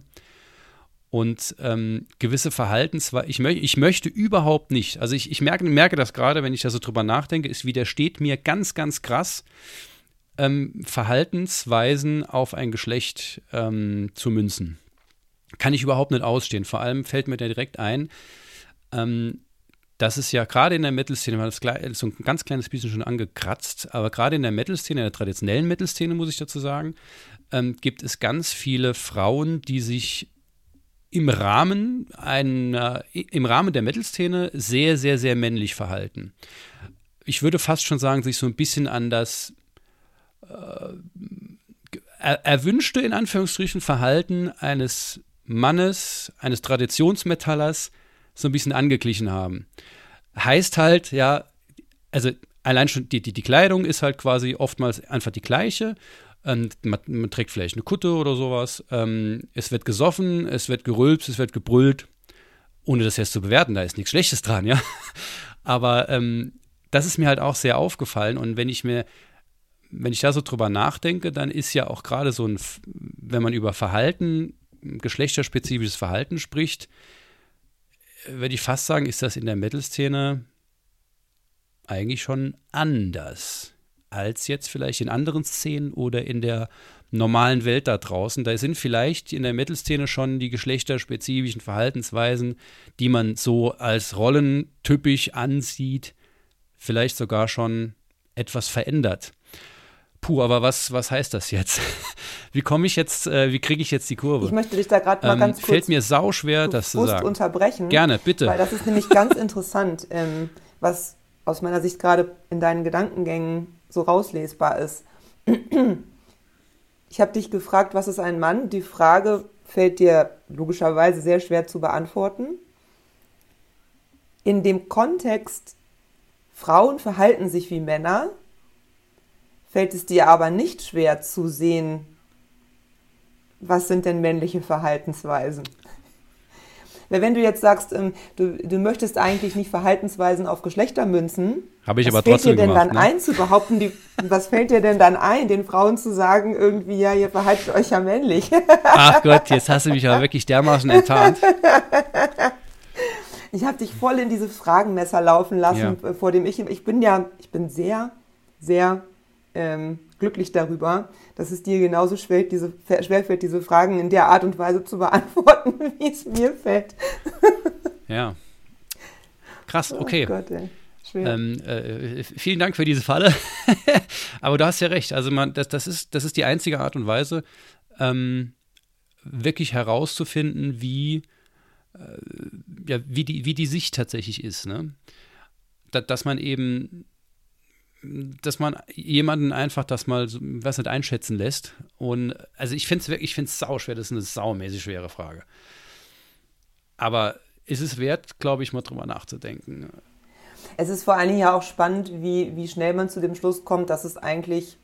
Und ähm, gewisse Verhaltensweisen, ich, mö- ich möchte überhaupt nicht, also ich, ich merke, merke das gerade, wenn ich da so drüber nachdenke, es widersteht mir ganz, ganz krass, ähm, Verhaltensweisen auf ein Geschlecht ähm, zu münzen. Kann ich überhaupt nicht ausstehen. Vor allem fällt mir da direkt ein, ähm, dass es ja gerade in der Metal-Szene, man hat es so ein ganz kleines bisschen schon angekratzt, aber gerade in der Metal-Szene, in der traditionellen Metal-Szene, muss ich dazu sagen, ähm, gibt es ganz viele Frauen, die sich im Rahmen einer, im Rahmen der Metal-Szene sehr, sehr, sehr männlich verhalten. Ich würde fast schon sagen, sich so ein bisschen an das äh, er, erwünschte, in Anführungsstrichen, Verhalten eines Mannes, eines Traditionsmetallers so ein bisschen angeglichen haben. Heißt halt, ja, also allein schon die, die, die Kleidung ist halt quasi oftmals einfach die gleiche. Man, man trägt vielleicht eine Kutte oder sowas. Ähm, es wird gesoffen, es wird gerülpst, es wird gebrüllt. Ohne das jetzt zu bewerten, da ist nichts Schlechtes dran, ja. Aber ähm, das ist mir halt auch sehr aufgefallen. Und wenn ich mir, wenn ich da so drüber nachdenke, dann ist ja auch gerade so ein, wenn man über Verhalten, geschlechterspezifisches Verhalten spricht, würde ich fast sagen, ist das in der Metal-Szene eigentlich schon anders als jetzt vielleicht in anderen Szenen oder in der normalen Welt da draußen. Da sind vielleicht in der Metal-Szene schon die geschlechterspezifischen Verhaltensweisen, die man so als rollentypisch ansieht, vielleicht sogar schon etwas verändert. Puh, aber was, was heißt das jetzt? Wie komme ich jetzt, äh, wie kriege ich jetzt die Kurve? Ich möchte dich da gerade mal ähm, ganz kurz fällt mir sauschwer, das zu sagen. unterbrechen. Gerne, bitte. Weil das ist nämlich ganz interessant, ähm, was aus meiner Sicht gerade in deinen Gedankengängen so rauslesbar ist. Ich habe dich gefragt, was ist ein Mann? Die Frage fällt dir logischerweise sehr schwer zu beantworten. In dem Kontext, Frauen verhalten sich wie Männer, fällt es dir aber nicht schwer zu sehen, was sind denn männliche Verhaltensweisen? Weil wenn du jetzt sagst, ähm, du, du möchtest eigentlich nicht Verhaltensweisen auf Geschlechter münzen, Habe ich was aber fällt trotzdem dir denn gemacht, dann ne? ein zu behaupten, die, was fällt dir denn dann ein, den Frauen zu sagen, irgendwie, ja, ihr verhaltet euch ja männlich? Ach Gott, jetzt hast du mich aber wirklich dermaßen enttarnt. Ich habe dich voll in diese Fragenmesser laufen lassen, Ja. vor dem ich, ich bin ja, ich bin sehr, sehr ähm, glücklich darüber, dass es dir genauso schwerfällt, diese, schwerfällt, diese Fragen in der Art und Weise zu beantworten, wie es mir fällt. Ja. Krass, okay. Oh Gott, ey. Schwer. Ähm, äh, vielen Dank für diese Falle. Aber du hast ja recht. Also man, das, das, ist, das ist die einzige Art und Weise, ähm, wirklich herauszufinden, wie, äh, ja, wie, die, wie die Sicht tatsächlich ist. Ne? Da, dass man eben, dass man jemanden einfach das mal, so, was nicht einschätzen lässt. Und also ich finde es wirklich, ich finde es sauschwer. Das ist eine saumäßig schwere Frage. Aber ist es wert, glaube ich, mal drüber nachzudenken. Es ist vor allen Dingen ja auch spannend, wie, wie schnell man zu dem Schluss kommt, dass es eigentlich,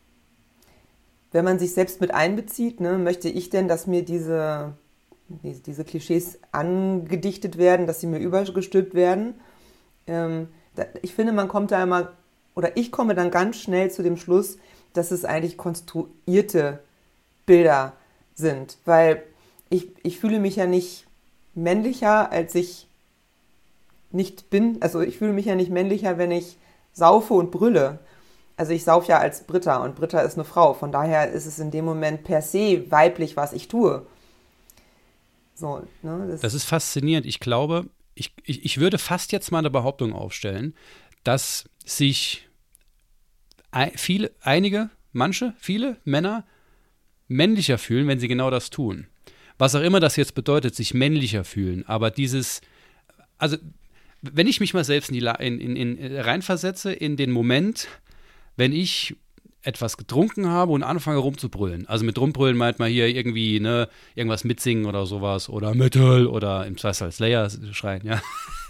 wenn man sich selbst mit einbezieht, ne, möchte ich denn, dass mir diese, diese, diese Klischees angedichtet werden, dass sie mir übergestülpt werden. Ähm, da, ich finde, man kommt da immer, oder ich komme dann ganz schnell zu dem Schluss, dass es eigentlich konstruierte Bilder sind, weil ich, ich fühle mich ja nicht männlicher, als ich nicht bin. Also ich fühle mich ja nicht männlicher, wenn ich saufe und brülle. Also ich saufe ja als Britta und Britta ist eine Frau. Von daher ist es in dem Moment per se weiblich, was ich tue. So, ne, das, das ist faszinierend. Ich glaube, ich, ich, ich würde fast jetzt mal eine Behauptung aufstellen, dass sich viele, einige, manche, viele Männer männlicher fühlen, wenn sie genau das tun. Was auch immer das jetzt bedeutet, sich männlicher fühlen. Aber dieses, also wenn ich mich mal selbst in die, in, in, in, reinversetze in den Moment, wenn ich etwas getrunken habe und anfange rumzubrüllen. Also mit rumbrüllen meint man hier irgendwie, ne, irgendwas mitsingen oder sowas oder Metal oder im Zweifel Slayer schreien, ja.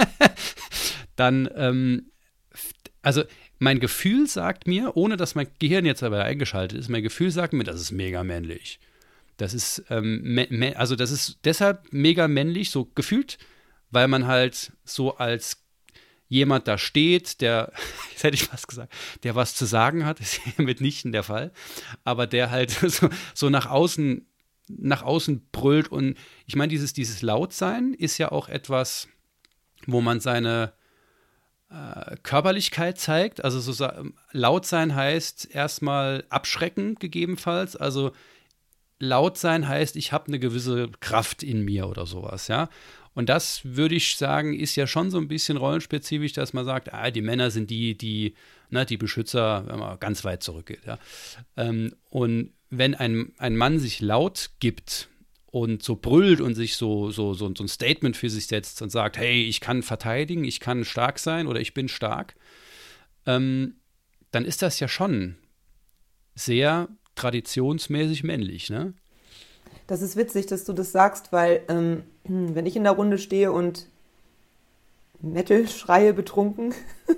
Dann, ähm, also mein Gefühl sagt mir, ohne dass mein Gehirn jetzt dabei eingeschaltet ist, mein Gefühl sagt mir, das ist mega männlich. Das ist, ähm, me- me- also das ist deshalb mega männlich, so gefühlt weil man halt so als jemand da steht, der, jetzt hätte ich fast gesagt, der was zu sagen hat, ist hier mitnichten der Fall, aber der halt so, so nach außen, nach außen brüllt. Und ich meine, dieses, dieses Lautsein ist ja auch etwas, wo man seine äh, Körperlichkeit zeigt. Also so laut sein heißt erstmal abschrecken gegebenenfalls. Also laut sein heißt, ich habe eine gewisse Kraft in mir oder sowas, ja. Und das, würde ich sagen, ist ja schon so ein bisschen rollenspezifisch, dass man sagt, ah, die Männer sind die, die, ne, die Beschützer, wenn man ganz weit zurückgeht. Ja. Ähm, und wenn ein, ein Mann sich laut gibt und so brüllt und sich so, so, so, so ein Statement für sich setzt und sagt, hey, ich kann verteidigen, ich kann stark sein oder ich bin stark, ähm, dann ist das ja schon sehr traditionsmäßig männlich, ne? Das ist witzig, dass du das sagst, weil ähm, wenn ich in der Runde stehe und Metal schreie betrunken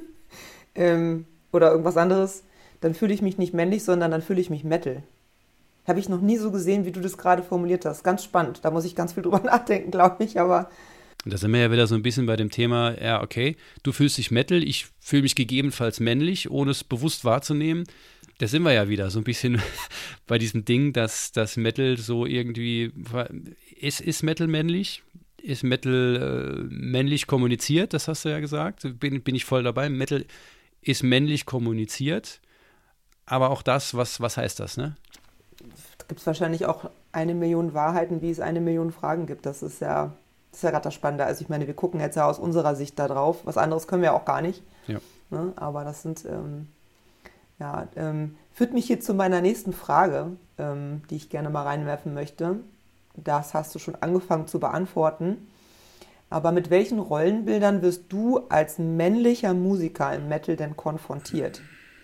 ähm, oder irgendwas anderes, dann fühle ich mich nicht männlich, sondern dann fühle ich mich Metal. Habe ich noch nie so gesehen, wie du das gerade formuliert hast. Ganz spannend. Da muss ich ganz viel drüber nachdenken, glaube ich, aber Und da sind wir ja wieder so ein bisschen bei dem Thema, ja, okay, du fühlst dich Metal, ich fühle mich gegebenenfalls männlich, ohne es bewusst wahrzunehmen. Da sind wir ja wieder so ein bisschen bei diesem Ding, dass das Metal so irgendwie, ist, ist Metal männlich? Ist Metal äh, männlich kommuniziert? Das hast du ja gesagt. Bin, bin ich voll dabei. Metal ist männlich kommuniziert. Aber auch das, was, was heißt das, ne? da gibt es wahrscheinlich auch eine Million Wahrheiten, wie es eine Million Fragen gibt. Das ist ja, das ist ja gerade das Spannende. Also ich meine, wir gucken jetzt ja aus unserer Sicht da drauf. Was anderes können wir auch gar nicht. Ja. Ne? Aber das sind... Ähm, Ja, ähm, führt mich hier zu meiner nächsten Frage, ähm, die ich gerne mal reinwerfen möchte. Das hast du schon angefangen zu beantworten. Aber mit welchen Rollenbildern wirst du als männlicher Musiker im Metal denn konfrontiert?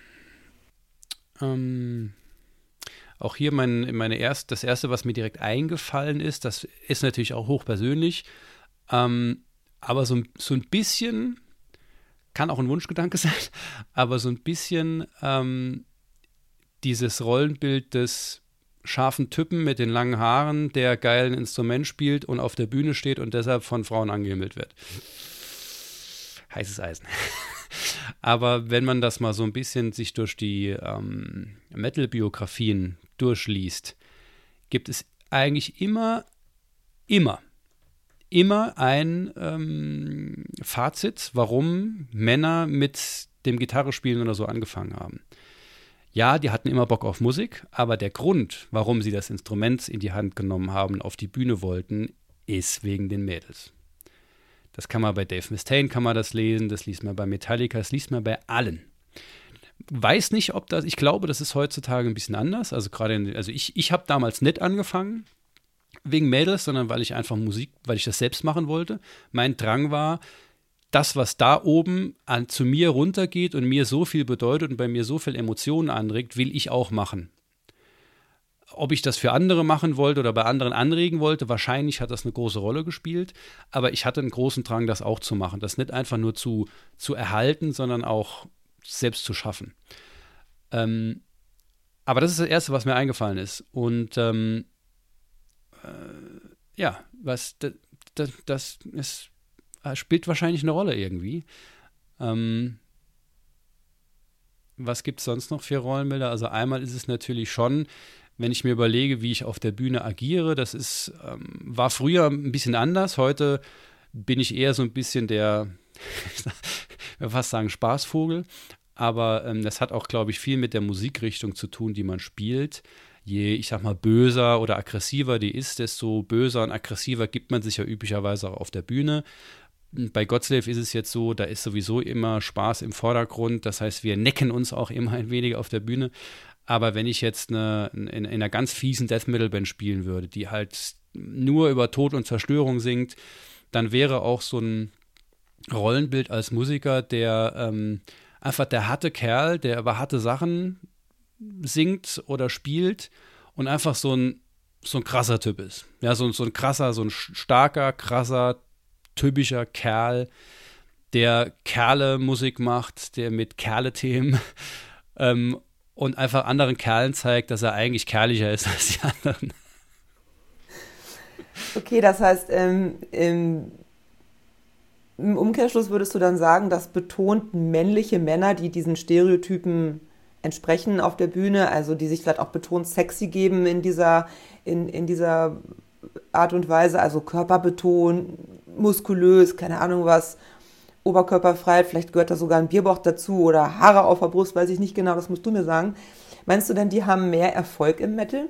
Ähm, auch hier mein, meine erst, das Erste, was mir direkt eingefallen ist, das ist natürlich auch hochpersönlich, ähm, aber so, so ein bisschen... kann auch ein Wunschgedanke sein, aber so ein bisschen ähm, dieses Rollenbild des scharfen Typen mit den langen Haaren, der geil ein Instrument spielt und auf der Bühne steht und deshalb von Frauen angehimmelt wird. Heißes Eisen. Aber wenn man das mal so ein bisschen sich durch die ähm, Metal-Biografien durchliest, gibt es eigentlich immer, immer immer ein ähm, Fazit, warum Männer mit dem Gitarrespielen oder so angefangen haben. Ja, die hatten immer Bock auf Musik, aber der Grund, warum sie das Instrument in die Hand genommen haben und auf die Bühne wollten, ist wegen den Mädels. Das kann man bei Dave Mustaine, kann man das lesen, das liest man bei Metallica, das liest man bei allen. Weiß nicht, ob das, ich glaube, das ist heutzutage ein bisschen anders. Also gerade, also ich, ich habe damals nicht angefangen, wegen Mädels, sondern weil ich einfach Musik, weil ich das selbst machen wollte. Mein Drang war, das, was da oben an, zu mir runtergeht und mir so viel bedeutet und bei mir so viel Emotionen anregt, will ich auch machen. Ob ich das für andere machen wollte oder bei anderen anregen wollte, wahrscheinlich hat das eine große Rolle gespielt, aber ich hatte einen großen Drang, das auch zu machen. Das nicht einfach nur zu, zu erhalten, sondern auch selbst zu schaffen. Ähm, aber das ist das Erste, was mir eingefallen ist. Und ähm, ja, was das, das, das ist, spielt wahrscheinlich eine Rolle irgendwie. Ähm, was gibt es sonst noch für Rollenbilder? Also einmal ist es natürlich schon, wenn ich mir überlege, wie ich auf der Bühne agiere, das ist, ähm, war früher ein bisschen anders. Heute bin ich eher so ein bisschen der, ich will fast sagen, Spaßvogel. Aber ähm, das hat auch, glaube ich, viel mit der Musikrichtung zu tun, die man spielt. Je, ich sag mal, böser oder aggressiver die ist, desto böser und aggressiver gibt man sich ja üblicherweise auch auf der Bühne. Bei Godslave ist es jetzt so, da ist sowieso immer Spaß im Vordergrund. Das heißt, wir necken uns auch immer ein wenig auf der Bühne. Aber wenn ich jetzt eine, in, in einer ganz fiesen Death Metal Band spielen würde, die halt nur über Tod und Zerstörung singt, dann wäre auch so ein Rollenbild als Musiker, der ähm, einfach der harte Kerl, der über harte Sachen singt oder spielt und einfach so ein, so ein krasser Typ ist. Ja, so, so ein krasser, so ein starker, krasser, typischer Kerl, der Kerle-Musik macht, der mit Kerle-Themen ähm, und einfach anderen Kerlen zeigt, dass er eigentlich kerlicher ist als die anderen. Okay, das heißt, ähm, ähm, im Umkehrschluss würdest du dann sagen, das betont männliche Männer, die diesen Stereotypen entsprechen auf der Bühne, also die sich vielleicht auch betont sexy geben in dieser, in, in dieser Art und Weise, also körperbetont, muskulös, keine Ahnung was, oberkörperfrei, vielleicht gehört da sogar ein Bierbauch dazu oder Haare auf der Brust, weiß ich nicht genau, das musst du mir sagen. Meinst du denn, die haben mehr Erfolg im Metal?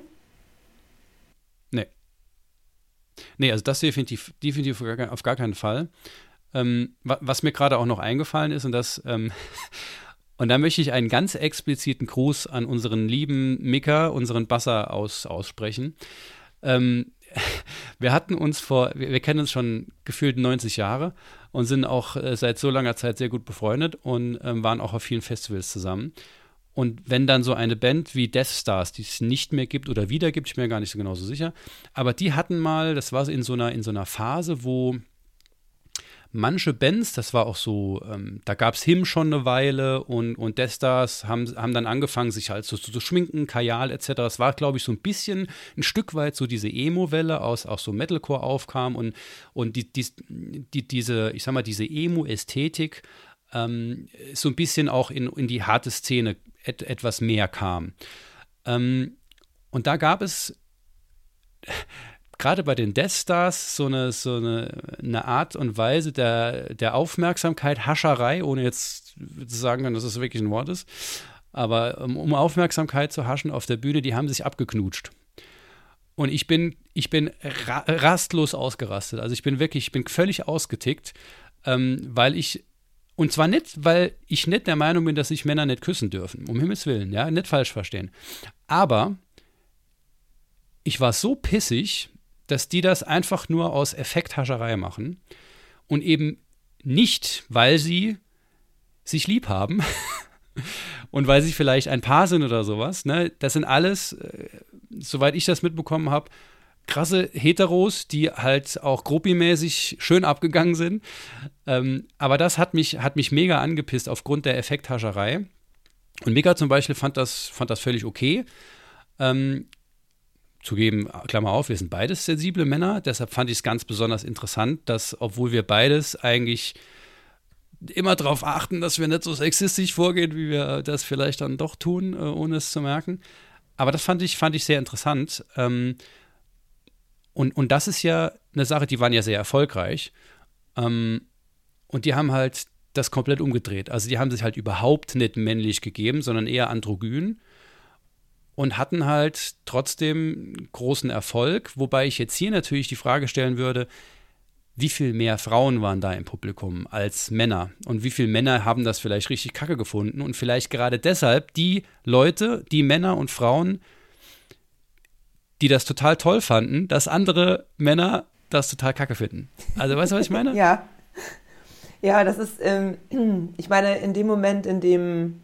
Nee. Nee, also das definitiv, definitiv auf gar, auf gar keinen Fall. Ähm, was mir gerade auch noch eingefallen ist und das, ähm, und da möchte ich einen ganz expliziten Gruß an unseren lieben Mika, unseren Basser aus, aussprechen. Ähm, wir hatten uns vor, wir, wir kennen uns schon gefühlt neunzig Jahre und sind auch äh, seit so langer Zeit sehr gut befreundet und ähm, waren auch auf vielen Festivals zusammen. Und wenn dann so eine Band wie Death Stars, die es nicht mehr gibt oder wieder gibt, ich bin mir gar nicht so genau so sicher, aber die hatten mal, das war in so einer, in so einer Phase, wo manche Bands, das war auch so, ähm, da gab es Him schon eine Weile und, und Death Stars haben, haben dann angefangen, sich halt so zu schminken, Kajal et cetera. Es war, glaube ich, so ein bisschen, ein Stück weit so diese Emo-Welle aus auch so Metalcore aufkam und, und die, die, die, diese, ich sag mal, diese Emo-Ästhetik ähm, so ein bisschen auch in, in die harte Szene et, etwas mehr kam. Ähm, und da gab es gerade bei den Death Stars so eine, so eine, eine Art und Weise der, der Aufmerksamkeit, Hascherei, ohne jetzt zu sagen, dass es wirklich ein Wort ist, aber um, um Aufmerksamkeit zu haschen auf der Bühne, die haben sich abgeknutscht. Und ich bin, ich bin ra- rastlos ausgerastet. Also ich bin wirklich, ich bin völlig ausgetickt, ähm, weil ich, und zwar nicht, weil ich nicht der Meinung bin, dass sich Männer nicht küssen dürfen, um Himmels Willen, ja, nicht falsch verstehen. Aber ich war so pissig, dass die das einfach nur aus Effekthascherei machen und eben nicht, weil sie sich lieb haben und weil sie vielleicht ein Paar sind oder sowas. Ne? Das sind alles, äh, soweit ich das mitbekommen habe, krasse Heteros, die halt auch gruppimäßig schön abgegangen sind. Ähm, aber das hat mich, hat mich mega angepisst aufgrund der Effekthascherei. Und Mika zum Beispiel fand das, fand das völlig okay. Ähm, Zugeben, Klammer auf, wir sind beides sensible Männer, deshalb fand ich es ganz besonders interessant, dass, obwohl wir beides eigentlich immer darauf achten, dass wir nicht so sexistisch vorgehen, wie wir das vielleicht dann doch tun, ohne es zu merken. Aber das fand ich, fand ich sehr interessant. Und, und das ist ja eine Sache, die waren ja sehr erfolgreich. Und die haben halt das komplett umgedreht. Also die haben sich halt überhaupt nicht männlich gegeben, sondern eher androgyn. Und hatten halt trotzdem großen Erfolg, wobei ich jetzt hier natürlich die Frage stellen würde, wie viel mehr Frauen waren da im Publikum als Männer? Und wie viele Männer haben das vielleicht richtig kacke gefunden? Und vielleicht gerade deshalb die Leute, die Männer und Frauen, die das total toll fanden, dass andere Männer das total kacke finden. Also weißt du, was ich meine? Ja. Ja, das ist, ähm, ich meine, in dem Moment, in dem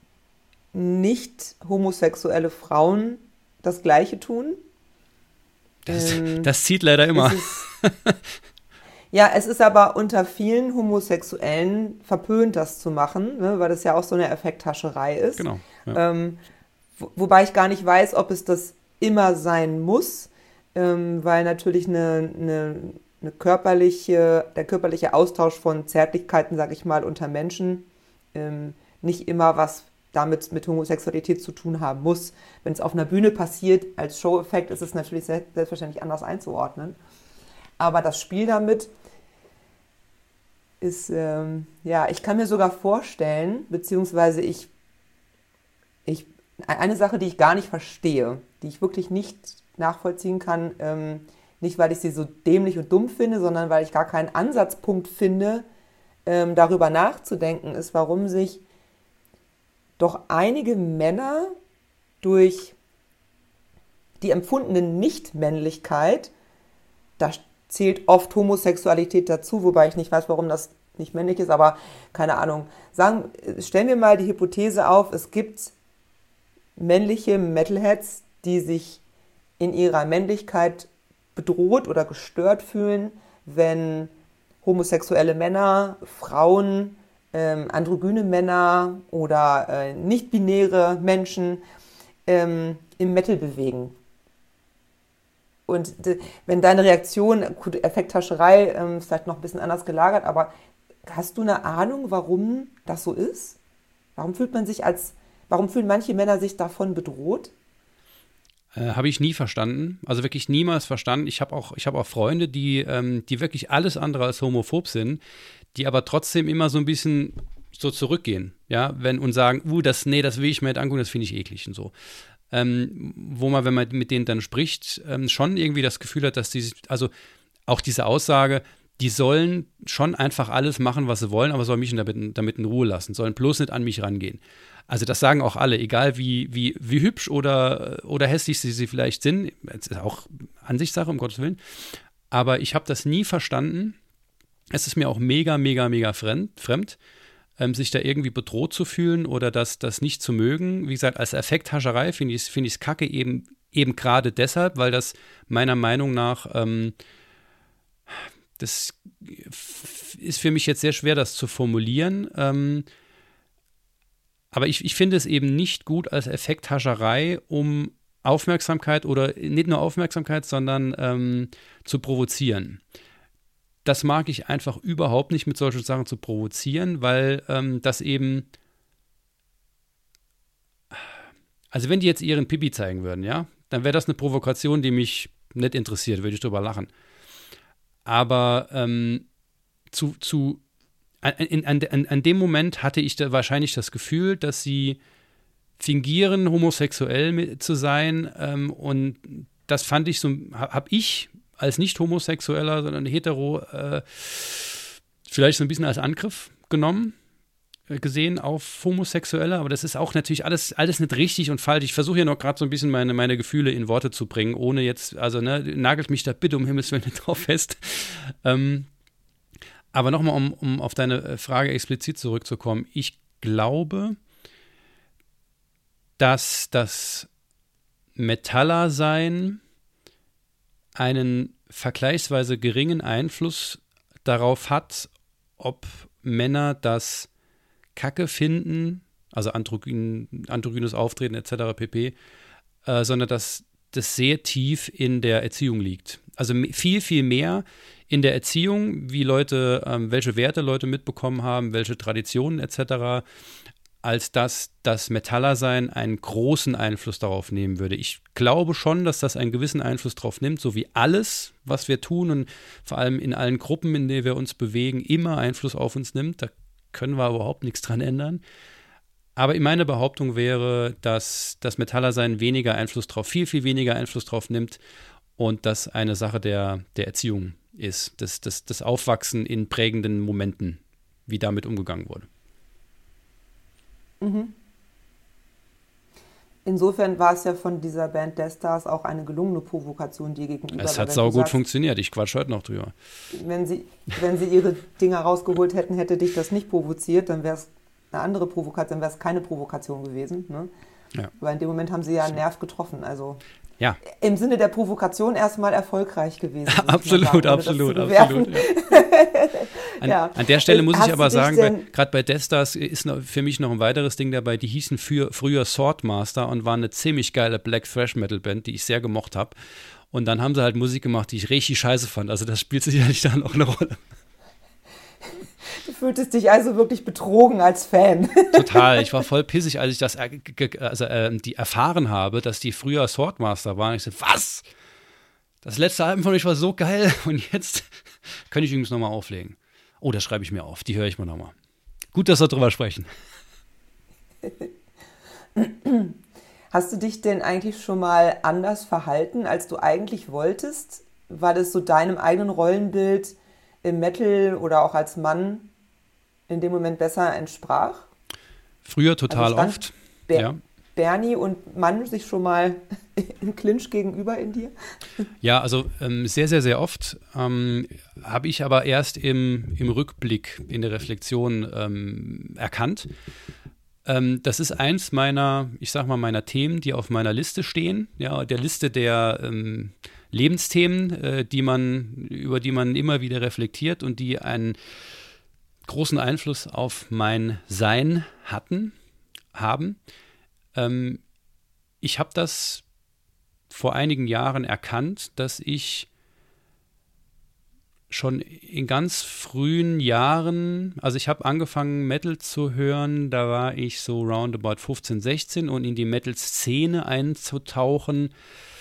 nicht homosexuelle Frauen das Gleiche tun. Das, ähm, das zieht leider immer. Es ja, es ist aber unter vielen Homosexuellen verpönt, das zu machen, ne, weil das ja auch so eine Effekthascherei ist. Genau. Ja. Ähm, wo, wobei ich gar nicht weiß, ob es das immer sein muss, ähm, weil natürlich eine, eine, eine körperliche, der körperliche Austausch von Zärtlichkeiten, sag ich mal, unter Menschen ähm, nicht immer was damit mit Homosexualität zu tun haben muss. Wenn es auf einer Bühne passiert, als Show-Effekt, ist es natürlich selbstverständlich anders einzuordnen. Aber das Spiel damit ist, ähm, ja, ich kann mir sogar vorstellen, beziehungsweise ich, ich, eine Sache, die ich gar nicht verstehe, die ich wirklich nicht nachvollziehen kann, ähm, nicht weil ich sie so dämlich und dumm finde, sondern weil ich gar keinen Ansatzpunkt finde, ähm, darüber nachzudenken, ist, warum sich doch einige Männer durch die empfundene Nichtmännlichkeit, da zählt oft Homosexualität dazu, wobei ich nicht weiß, warum das nicht männlich ist, aber keine Ahnung. Sagen, stellen wir mal die Hypothese auf, es gibt männliche Metalheads, die sich in ihrer Männlichkeit bedroht oder gestört fühlen, wenn homosexuelle Männer, Frauen, Ähm, androgyne Männer oder äh, nicht-binäre Menschen ähm, im Metal bewegen. Und de, wenn deine Reaktion, gut, Effekthascherei ähm, ist vielleicht noch ein bisschen anders gelagert, aber hast du eine Ahnung, warum das so ist? Warum fühlt man sich als, warum fühlen manche Männer sich davon bedroht? Äh, habe ich nie verstanden, also wirklich niemals verstanden. Ich habe auch, ich habe auch Freunde, die, ähm, die wirklich alles andere als homophob sind, die aber trotzdem immer so ein bisschen so zurückgehen, ja, wenn und sagen, uh, das, nee, das will ich mir nicht angucken, das finde ich eklig und so. Ähm, wo man, wenn man mit denen dann spricht, ähm, schon irgendwie das Gefühl hat, dass die, also auch diese Aussage, die sollen schon einfach alles machen, was sie wollen, aber sollen mich damit, damit in Ruhe lassen, sollen bloß nicht an mich rangehen. Also das sagen auch alle, egal wie, wie, wie hübsch oder, oder hässlich sie, sie vielleicht sind, das ist auch Ansichtssache, um Gottes Willen, aber ich habe das nie verstanden. Es ist mir auch mega, mega, mega fremd, fremd ähm, sich da irgendwie bedroht zu fühlen oder das, das nicht zu mögen. Wie gesagt, als Effekthascherei finde ich es find ich's kacke, eben, eben gerade deshalb, weil das meiner Meinung nach, ähm, das ist für mich jetzt sehr schwer, das zu formulieren, ähm, aber ich, ich finde es eben nicht gut als Effekthascherei, um Aufmerksamkeit oder nicht nur Aufmerksamkeit, sondern ähm, zu provozieren. Das mag ich einfach überhaupt nicht, mit solchen Sachen zu provozieren, weil ähm, das eben, also wenn die jetzt ihren Pipi zeigen würden, ja, dann wäre das eine Provokation, die mich nicht interessiert, würde ich drüber lachen. Aber ähm, zu, zu An, an, an dem Moment hatte ich da wahrscheinlich das Gefühl, dass sie fingieren, homosexuell mit, zu sein. Ähm, und das fand ich so, habe ich als nicht homosexueller, sondern hetero, äh, vielleicht so ein bisschen als Angriff genommen, äh, gesehen auf Homosexuelle. Aber das ist auch natürlich alles, alles nicht richtig und falsch. Ich versuche hier noch gerade so ein bisschen meine, meine Gefühle in Worte zu bringen, ohne jetzt, also ne, nagelt mich da bitte um Himmels Willen nicht drauf fest. Ähm, Aber nochmal, um, um auf deine Frage explizit zurückzukommen. Ich glaube, dass das Metaller-Sein einen vergleichsweise geringen Einfluss darauf hat, ob Männer das Kacke finden, also androgyn, androgynes Auftreten et cetera pp., äh, sondern dass das sehr tief in der Erziehung liegt. Also viel, viel mehr in der Erziehung, wie Leute, ähm, welche Werte Leute mitbekommen haben, welche Traditionen et cetera, als dass das Metallersein einen großen Einfluss darauf nehmen würde. Ich glaube schon, dass das einen gewissen Einfluss darauf nimmt, so wie alles, was wir tun und vor allem in allen Gruppen, in denen wir uns bewegen, immer Einfluss auf uns nimmt. Da können wir überhaupt nichts dran ändern. Aber meine Behauptung wäre, dass das Metallersein weniger Einfluss drauf, viel, viel weniger Einfluss drauf nimmt und das eine Sache der, der Erziehung ist, das, das, das Aufwachsen in prägenden Momenten, wie damit umgegangen wurde. Mhm. Insofern war es ja von dieser Band Death Stars auch eine gelungene Provokation dir gegenüber. Es weil hat wenn du saugut sagst, funktioniert, ich quatsch heute noch drüber. Wenn sie, wenn sie ihre Dinger rausgeholt hätten, hätte dich das nicht provoziert, dann wäre es eine andere Provokation, dann wäre es keine Provokation gewesen. Ne? Ja. Weil in dem Moment haben sie ja einen Nerv getroffen. Also Ja, im Sinne der Provokation erstmal erfolgreich gewesen. muss ich mal absolut, sagen, ohne das absolut, zu bewerten. absolut. Ja. An, Ja. an der Stelle muss Hast ich du aber dich sagen, denn- gerade bei Death Stars ist noch, für mich noch ein weiteres Ding dabei, die hießen für, früher Swordmaster und waren eine ziemlich geile Black Thrash Metal Band, die ich sehr gemocht habe. Und dann haben sie halt Musik gemacht, die ich richtig scheiße fand. Also das spielt sicherlich dann auch eine Rolle. Du fühltest dich also wirklich betrogen als Fan. Total. Ich war voll pissig, als ich das äh, ge- also, äh, die erfahren habe, dass die früher Swordmaster waren. Ich so, was? Das letzte Album von euch war so geil und jetzt könnte ich übrigens nochmal auflegen. Oh, das schreibe ich mir auf. Die höre ich mir nochmal. Gut, dass wir drüber sprechen. Hast du dich denn eigentlich schon mal anders verhalten, als du eigentlich wolltest? War das so deinem eigenen Rollenbild im Metal oder auch als Mann in dem Moment besser entsprach? Früher total Also stand oft. Ber- Ja. Bernie und Mann sich schon mal im Clinch gegenüber in dir? Ja, also ähm, sehr, sehr, sehr oft ähm, habe ich aber erst im, im Rückblick, in der Reflexion ähm, erkannt. Ähm, das ist eins meiner, ich sag mal, meiner Themen, die auf meiner Liste stehen, ja, der Liste der ähm, Lebensthemen, äh, die man, über die man immer wieder reflektiert und die einen großen Einfluss auf mein Sein hatten, haben. Ähm, ich habe das vor einigen Jahren erkannt, dass ich schon in ganz frühen Jahren, also ich habe angefangen Metal zu hören, da war ich so roundabout fünfzehn, sechzehn und in die Metal-Szene einzutauchen,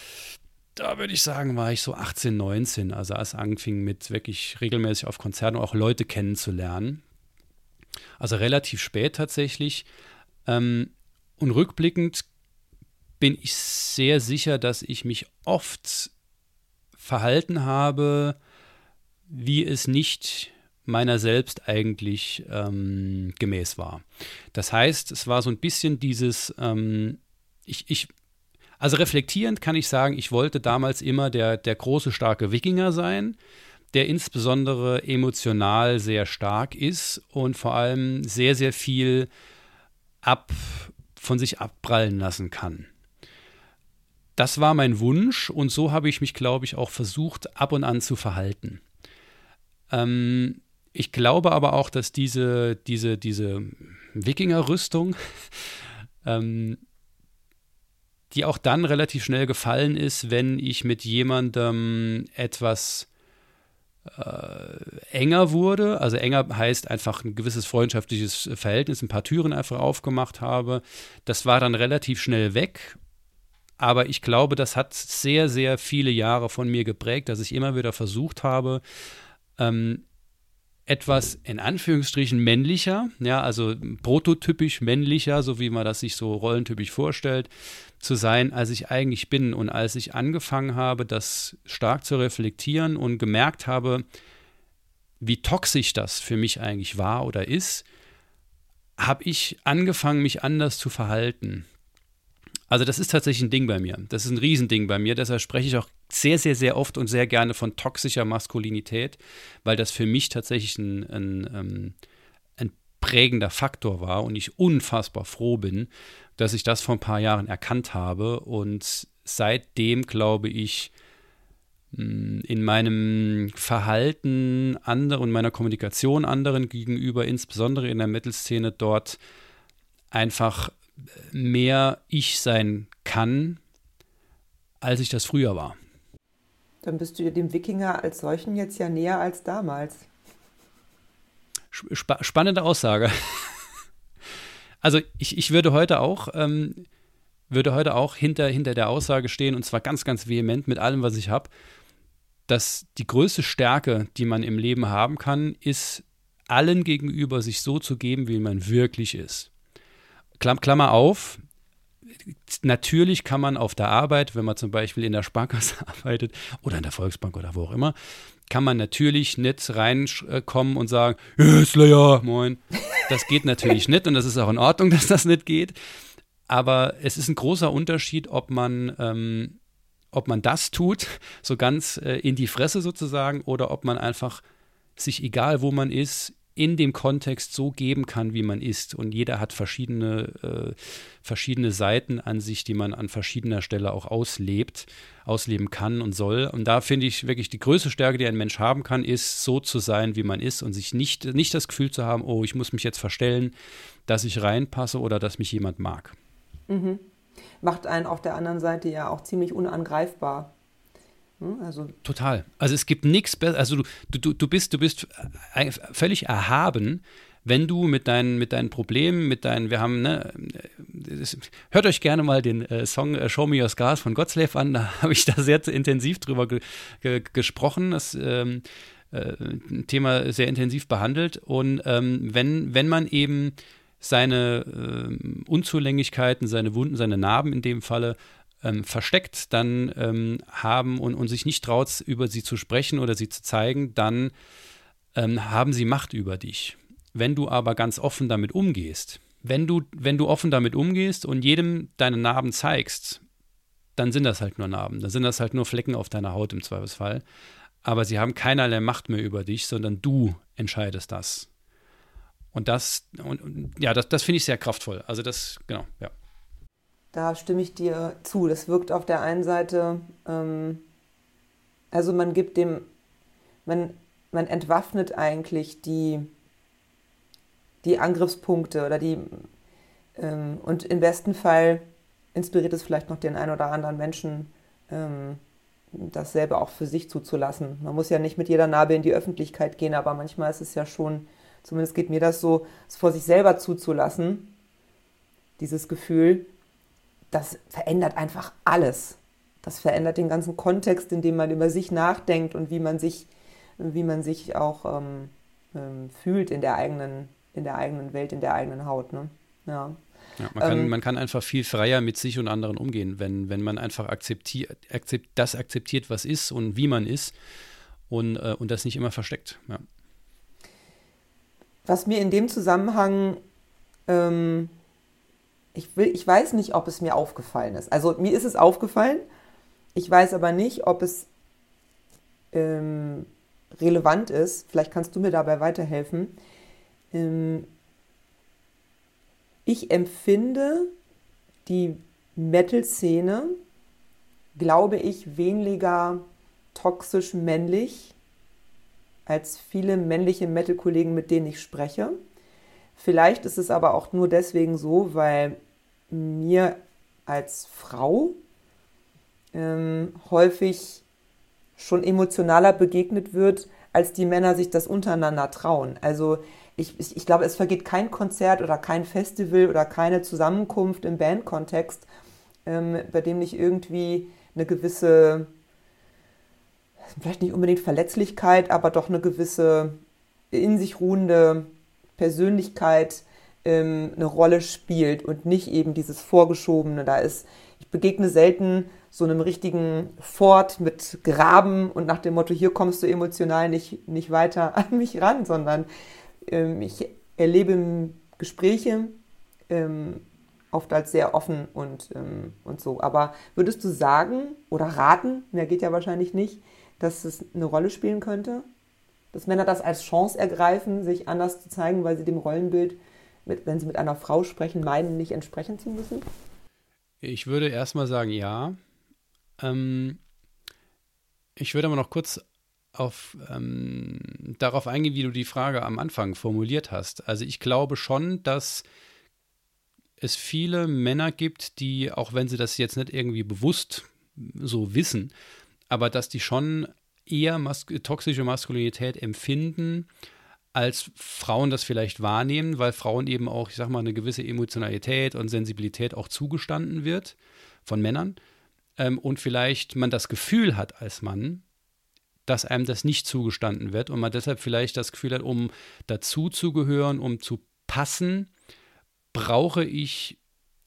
da würde ich sagen, war ich so achtzehn, neunzehn, also als es anfing mit wirklich regelmäßig auf Konzerten auch Leute kennenzulernen. Also relativ spät tatsächlich. Ähm, und rückblickend bin ich sehr sicher, dass ich mich oft verhalten habe, wie es nicht meiner selbst eigentlich ähm, gemäß war. Das heißt, es war so ein bisschen dieses, ähm, ich, ich, also reflektierend kann ich sagen, ich wollte damals immer der, der große, starke Wikinger sein, der insbesondere emotional sehr stark ist und vor allem sehr, sehr viel ab, von sich abprallen lassen kann. Das war mein Wunsch und so habe ich mich, glaube ich, auch versucht, ab und an zu verhalten. Ähm, ich glaube aber auch, dass diese, diese, diese Wikingerrüstung, ähm, die auch dann relativ schnell gefallen ist, wenn ich mit jemandem etwas äh, enger wurde. Also enger heißt einfach ein gewisses freundschaftliches Verhältnis, ein paar Türen einfach aufgemacht habe. Das war dann relativ schnell weg. Aber ich glaube, das hat sehr, sehr viele Jahre von mir geprägt, dass ich immer wieder versucht habe, ähm, etwas in Anführungsstrichen männlicher, ja, also prototypisch männlicher, so wie man das sich so rollentypisch vorstellt, zu sein, als ich eigentlich bin. Und als ich angefangen habe, das stark zu reflektieren und gemerkt habe, wie toxisch das für mich eigentlich war oder ist, habe ich angefangen, mich anders zu verhalten. Also das ist tatsächlich ein Ding bei mir. Das ist ein Riesending bei mir. Deshalb spreche ich auch sehr, sehr, sehr oft und sehr gerne von toxischer Maskulinität, weil das für mich tatsächlich ein, ein, ähm, ein prägender Faktor war und ich unfassbar froh bin, dass ich das vor ein paar Jahren erkannt habe und seitdem, glaube ich, in meinem Verhalten anderen und meiner Kommunikation anderen gegenüber, insbesondere in der Metal-Szene, dort einfach mehr ich sein kann, als ich das früher war. Dann bist du dem Wikinger als solchen jetzt ja näher als damals. Sp- spannende Aussage. Also ich, ich würde heute auch, ähm, würde heute auch hinter, hinter der Aussage stehen, und zwar ganz, ganz vehement mit allem, was ich habe, dass die größte Stärke, die man im Leben haben kann, ist, allen gegenüber sich so zu geben, wie man wirklich ist. Klammer auf, natürlich kann man auf der Arbeit, wenn man zum Beispiel in der Sparkasse arbeitet oder in der Volksbank oder wo auch immer, kann man natürlich nicht reinkommen und sagen, hey, Slayer, moin. Das geht natürlich nicht und das ist auch in Ordnung, dass das nicht geht. Aber es ist ein großer Unterschied, ob man, ähm, ob man das tut, so ganz äh, in die Fresse sozusagen, oder ob man einfach sich, egal wo man ist, in dem Kontext so geben kann, wie man ist. Und jeder hat verschiedene, äh, verschiedene Seiten an sich, die man an verschiedener Stelle auch auslebt, ausleben kann und soll. Und da finde ich wirklich, die größte Stärke, die ein Mensch haben kann, ist, so zu sein, wie man ist und sich nicht, nicht das Gefühl zu haben, oh, ich muss mich jetzt verstellen, dass ich reinpasse oder dass mich jemand mag. Mhm. Macht einen auf der anderen Seite ja auch ziemlich unangreifbar. Also total. Also es gibt nichts besser. Also du, du, du bist, du bist völlig erhaben, wenn du mit deinen, mit deinen Problemen, mit deinen, wir haben, ne, hört euch gerne mal den äh, Song äh, Show Me Your Scars von Godslave an, da habe ich da sehr intensiv drüber ge, ge, gesprochen, das ähm, äh, Thema sehr intensiv behandelt. Und ähm, wenn, wenn man eben seine äh, Unzulänglichkeiten, seine Wunden, seine Narben in dem Falle Ähm, versteckt, dann ähm, haben und, und sich nicht traut, über sie zu sprechen oder sie zu zeigen, dann ähm, haben sie Macht über dich. Wenn du aber ganz offen damit umgehst, wenn du, wenn du offen damit umgehst und jedem deine Narben zeigst, dann sind das halt nur Narben, dann sind das halt nur Flecken auf deiner Haut im Zweifelsfall. Aber sie haben keinerlei Macht mehr über dich, sondern du entscheidest das. Und das, und, und ja, das, das finde ich sehr kraftvoll. Also das, genau, ja. Da stimme ich dir zu. Das wirkt auf der einen Seite, ähm, also man gibt dem, man, man entwaffnet eigentlich die, die Angriffspunkte oder die, ähm, und im besten Fall inspiriert es vielleicht noch den einen oder anderen Menschen, ähm, dasselbe auch für sich zuzulassen. Man muss ja nicht mit jeder Narbe in die Öffentlichkeit gehen, aber manchmal ist es ja schon, zumindest geht mir das so, es vor sich selber zuzulassen, dieses Gefühl, das verändert einfach alles. Das verändert den ganzen Kontext, in dem man über sich nachdenkt und wie man sich, wie man sich auch ähm, ähm, fühlt in der eigenen, in der eigenen Welt, in der eigenen Haut. Ne? Ja. Ja, man, kann, ähm, man kann einfach viel freier mit sich und anderen umgehen, wenn, wenn man einfach akzeptiert, akzept, das akzeptiert, was ist und wie man ist und, äh, und das nicht immer versteckt. Ja. Was mir in dem Zusammenhang, ähm, ich, will, ich weiß nicht, ob es mir aufgefallen ist. Also mir ist es aufgefallen, ich weiß aber nicht, ob es ähm, relevant ist. Vielleicht kannst du mir dabei weiterhelfen. Ähm, Ich empfinde die Metal-Szene, glaube ich, weniger toxisch männlich als viele männliche Metal-Kollegen, mit denen ich spreche. Vielleicht ist es aber auch nur deswegen so, weil mir als Frau ähm, häufig schon emotionaler begegnet wird, als die Männer sich das untereinander trauen. Also Ich, ich, ich glaube, es vergeht kein Konzert oder kein Festival oder keine Zusammenkunft im Bandkontext, ähm, bei dem nicht irgendwie eine gewisse, vielleicht nicht unbedingt Verletzlichkeit, aber doch eine gewisse in sich ruhende Persönlichkeit ähm, eine Rolle spielt und nicht eben dieses Vorgeschobene. Da ist, ich begegne selten so einem richtigen Fort mit Graben und nach dem Motto, hier kommst du emotional nicht, nicht weiter an mich ran, sondern ich erlebe Gespräche ähm, oft als sehr offen und, ähm, und so. Aber würdest du sagen oder raten, mehr geht ja wahrscheinlich nicht, dass es eine Rolle spielen könnte? Dass Männer das als Chance ergreifen, sich anders zu zeigen, weil sie dem Rollenbild, mit, wenn sie mit einer Frau sprechen, meinen, nicht entsprechen zu müssen? Ich würde erstmal sagen, ja. Ähm, ich würde aber noch kurz auf, ähm, darauf eingehen, wie du die Frage am Anfang formuliert hast. Also ich glaube schon, dass es viele Männer gibt, die, auch wenn sie das jetzt nicht irgendwie bewusst so wissen, aber dass die schon eher mas- toxische Maskulinität empfinden, als Frauen das vielleicht wahrnehmen, weil Frauen eben auch, ich sag mal, eine gewisse Emotionalität und Sensibilität auch zugestanden wird von Männern. Ähm, und vielleicht man das Gefühl hat als Mann, dass einem das nicht zugestanden wird und man deshalb vielleicht das Gefühl hat, um dazuzugehören, um zu passen, brauche ich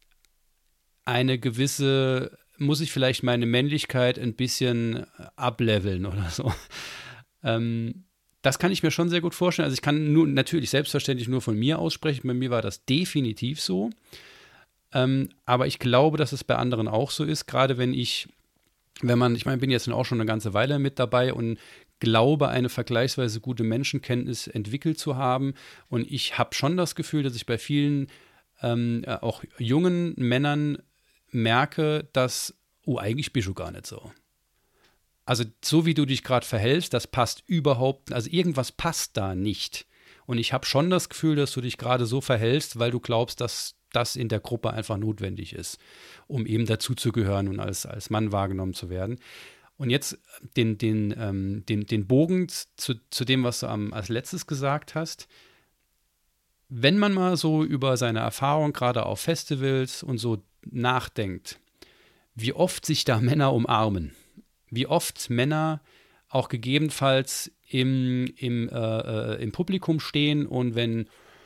eine gewisse, muss ich vielleicht meine Männlichkeit ein bisschen ableveln oder so. Ähm, das kann ich mir schon sehr gut vorstellen. Also ich kann nur natürlich selbstverständlich nur von mir aussprechen. Bei mir war das definitiv so. Ähm, aber ich glaube, dass es bei anderen auch so ist, gerade wenn ich Wenn man, ich meine, ich bin jetzt auch schon eine ganze Weile mit dabei und glaube, eine vergleichsweise gute Menschenkenntnis entwickelt zu haben. Und ich habe schon das Gefühl, dass ich bei vielen ähm, auch jungen Männern merke, dass, oh, eigentlich bist du gar nicht so. Also so wie du dich gerade verhältst, das passt überhaupt, also irgendwas passt da nicht. Und ich habe schon das Gefühl, dass du dich gerade so verhältst, weil du glaubst, dass das in der Gruppe einfach notwendig ist, um eben dazuzugehören und als, als Mann wahrgenommen zu werden. Und jetzt den, den, ähm, den, den Bogen zu, zu dem, was du am, als letztes gesagt hast. Wenn man mal so über seine Erfahrung gerade auf Festivals und so nachdenkt, wie oft sich da Männer umarmen, wie oft Männer auch gegebenenfalls im, im, äh, im Publikum stehen und wenn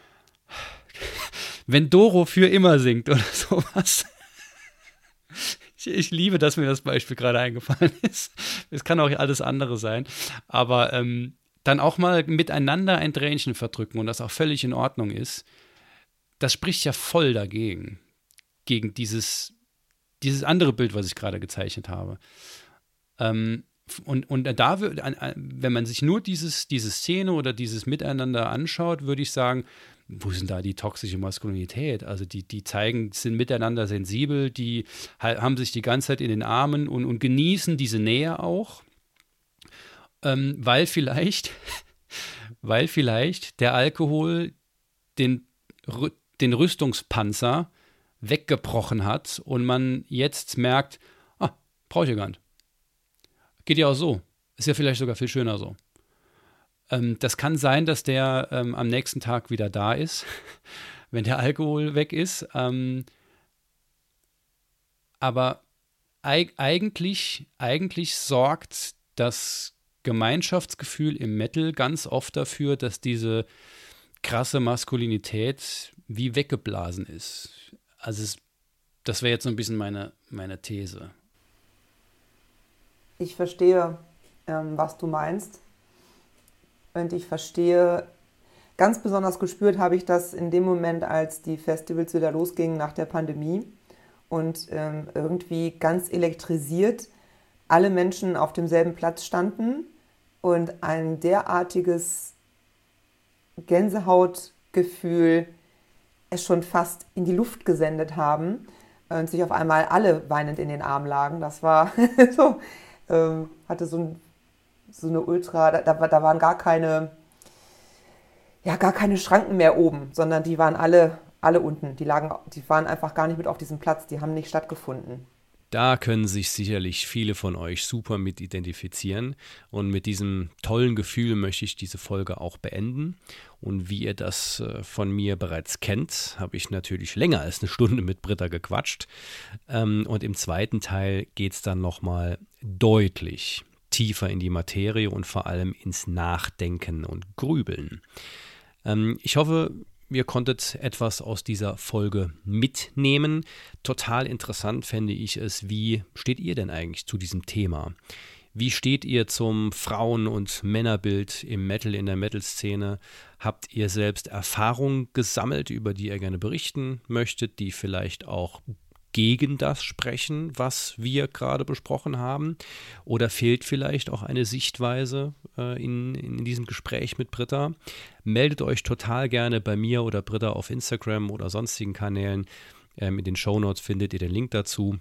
wenn Doro für immer singt oder sowas. Ich, ich liebe, dass mir das Beispiel gerade eingefallen ist. Es kann auch alles andere sein. Aber ähm, dann auch mal miteinander ein Tränchen verdrücken und das auch völlig in Ordnung ist, das spricht ja voll dagegen. Gegen dieses, dieses andere Bild, was ich gerade gezeichnet habe. Ähm, und, und da, wenn man sich nur dieses, diese Szene oder dieses Miteinander anschaut, würde ich sagen, wo ist denn da die toxische Maskulinität? Also die, die zeigen, sind miteinander sensibel, die haben sich die ganze Zeit in den Armen und, und genießen diese Nähe auch, ähm, weil vielleicht, weil vielleicht der Alkohol den, den Rüstungspanzer weggebrochen hat und man jetzt merkt, ah, brauche ich ja gar nicht. Geht ja auch so. Ist ja vielleicht sogar viel schöner so. Ähm, das kann sein, dass der ähm, am nächsten Tag wieder da ist, wenn der Alkohol weg ist. Ähm, aber eig- eigentlich, eigentlich sorgt das Gemeinschaftsgefühl im Metal ganz oft dafür, dass diese krasse Maskulinität wie weggeblasen ist. Also es, das wäre jetzt so ein bisschen meine, meine These. Ich verstehe, ähm, was du meinst. Und ich verstehe, ganz besonders gespürt habe ich das in dem Moment, als die Festivals wieder losgingen nach der Pandemie und ähm, irgendwie ganz elektrisiert alle Menschen auf demselben Platz standen und ein derartiges Gänsehautgefühl es schon fast in die Luft gesendet haben und sich auf einmal alle weinend in den Armen lagen. Das war so, ähm, hatte so, ein, so eine Ultra, da, da waren gar keine, ja, gar keine Schranken mehr oben, sondern die waren alle, alle unten. Die lagen, die waren einfach gar nicht mit auf diesem Platz, die haben nicht stattgefunden. Da können sich sicherlich viele von euch super mit identifizieren. Und mit diesem tollen Gefühl möchte ich diese Folge auch beenden. Und wie ihr das äh, von mir bereits kennt, habe ich natürlich länger als eine Stunde mit Britta gequatscht. Ähm, und im zweiten Teil geht es dann nochmal deutlich tiefer in die Materie und vor allem ins Nachdenken und Grübeln. Ähm, ich hoffe, ihr konntet etwas aus dieser Folge mitnehmen. Total interessant fände ich es, wie steht ihr denn eigentlich zu diesem Thema? Wie steht ihr zum Frauen- und Männerbild im Metal, in der Metal-Szene? Habt ihr selbst Erfahrungen gesammelt, über die ihr gerne berichten möchtet, die vielleicht auch gegen das sprechen, was wir gerade besprochen haben? Oder fehlt vielleicht auch eine Sichtweise äh, in, in diesem Gespräch mit Britta? Meldet euch total gerne bei mir oder Britta auf Instagram oder sonstigen Kanälen. Ähm, in den Shownotes findet ihr den Link dazu.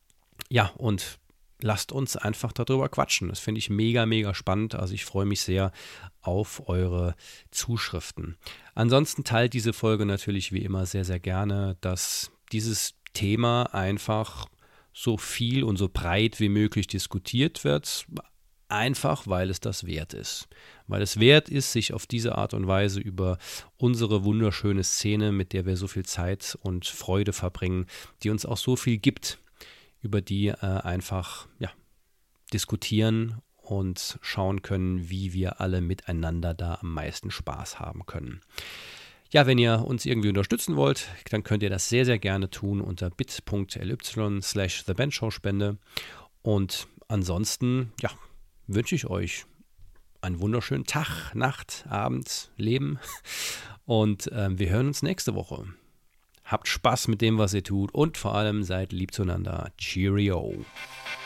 Ja, und lasst uns einfach darüber quatschen. Das finde ich mega, mega spannend. Also ich freue mich sehr auf eure Zuschriften. Ansonsten teilt diese Folge natürlich wie immer sehr, sehr gerne, dass dieses Thema einfach so viel und so breit wie möglich diskutiert wird, einfach weil es das wert ist. Weil es wert ist, sich auf diese Art und Weise über unsere wunderschöne Szene, mit der wir so viel Zeit und Freude verbringen, die uns auch so viel gibt, über die äh, einfach ja, diskutieren und schauen können, wie wir alle miteinander da am meisten Spaß haben können. Ja, wenn ihr uns irgendwie unterstützen wollt, dann könnt ihr das sehr, sehr gerne tun unter bit.ly slash thebendshow-Spende. Und ansonsten, ja, wünsche ich euch einen wunderschönen Tag, Nacht, Abend, Leben. Und äh, wir hören uns nächste Woche. Habt Spaß mit dem, was ihr tut und vor allem seid lieb zueinander. Cheerio.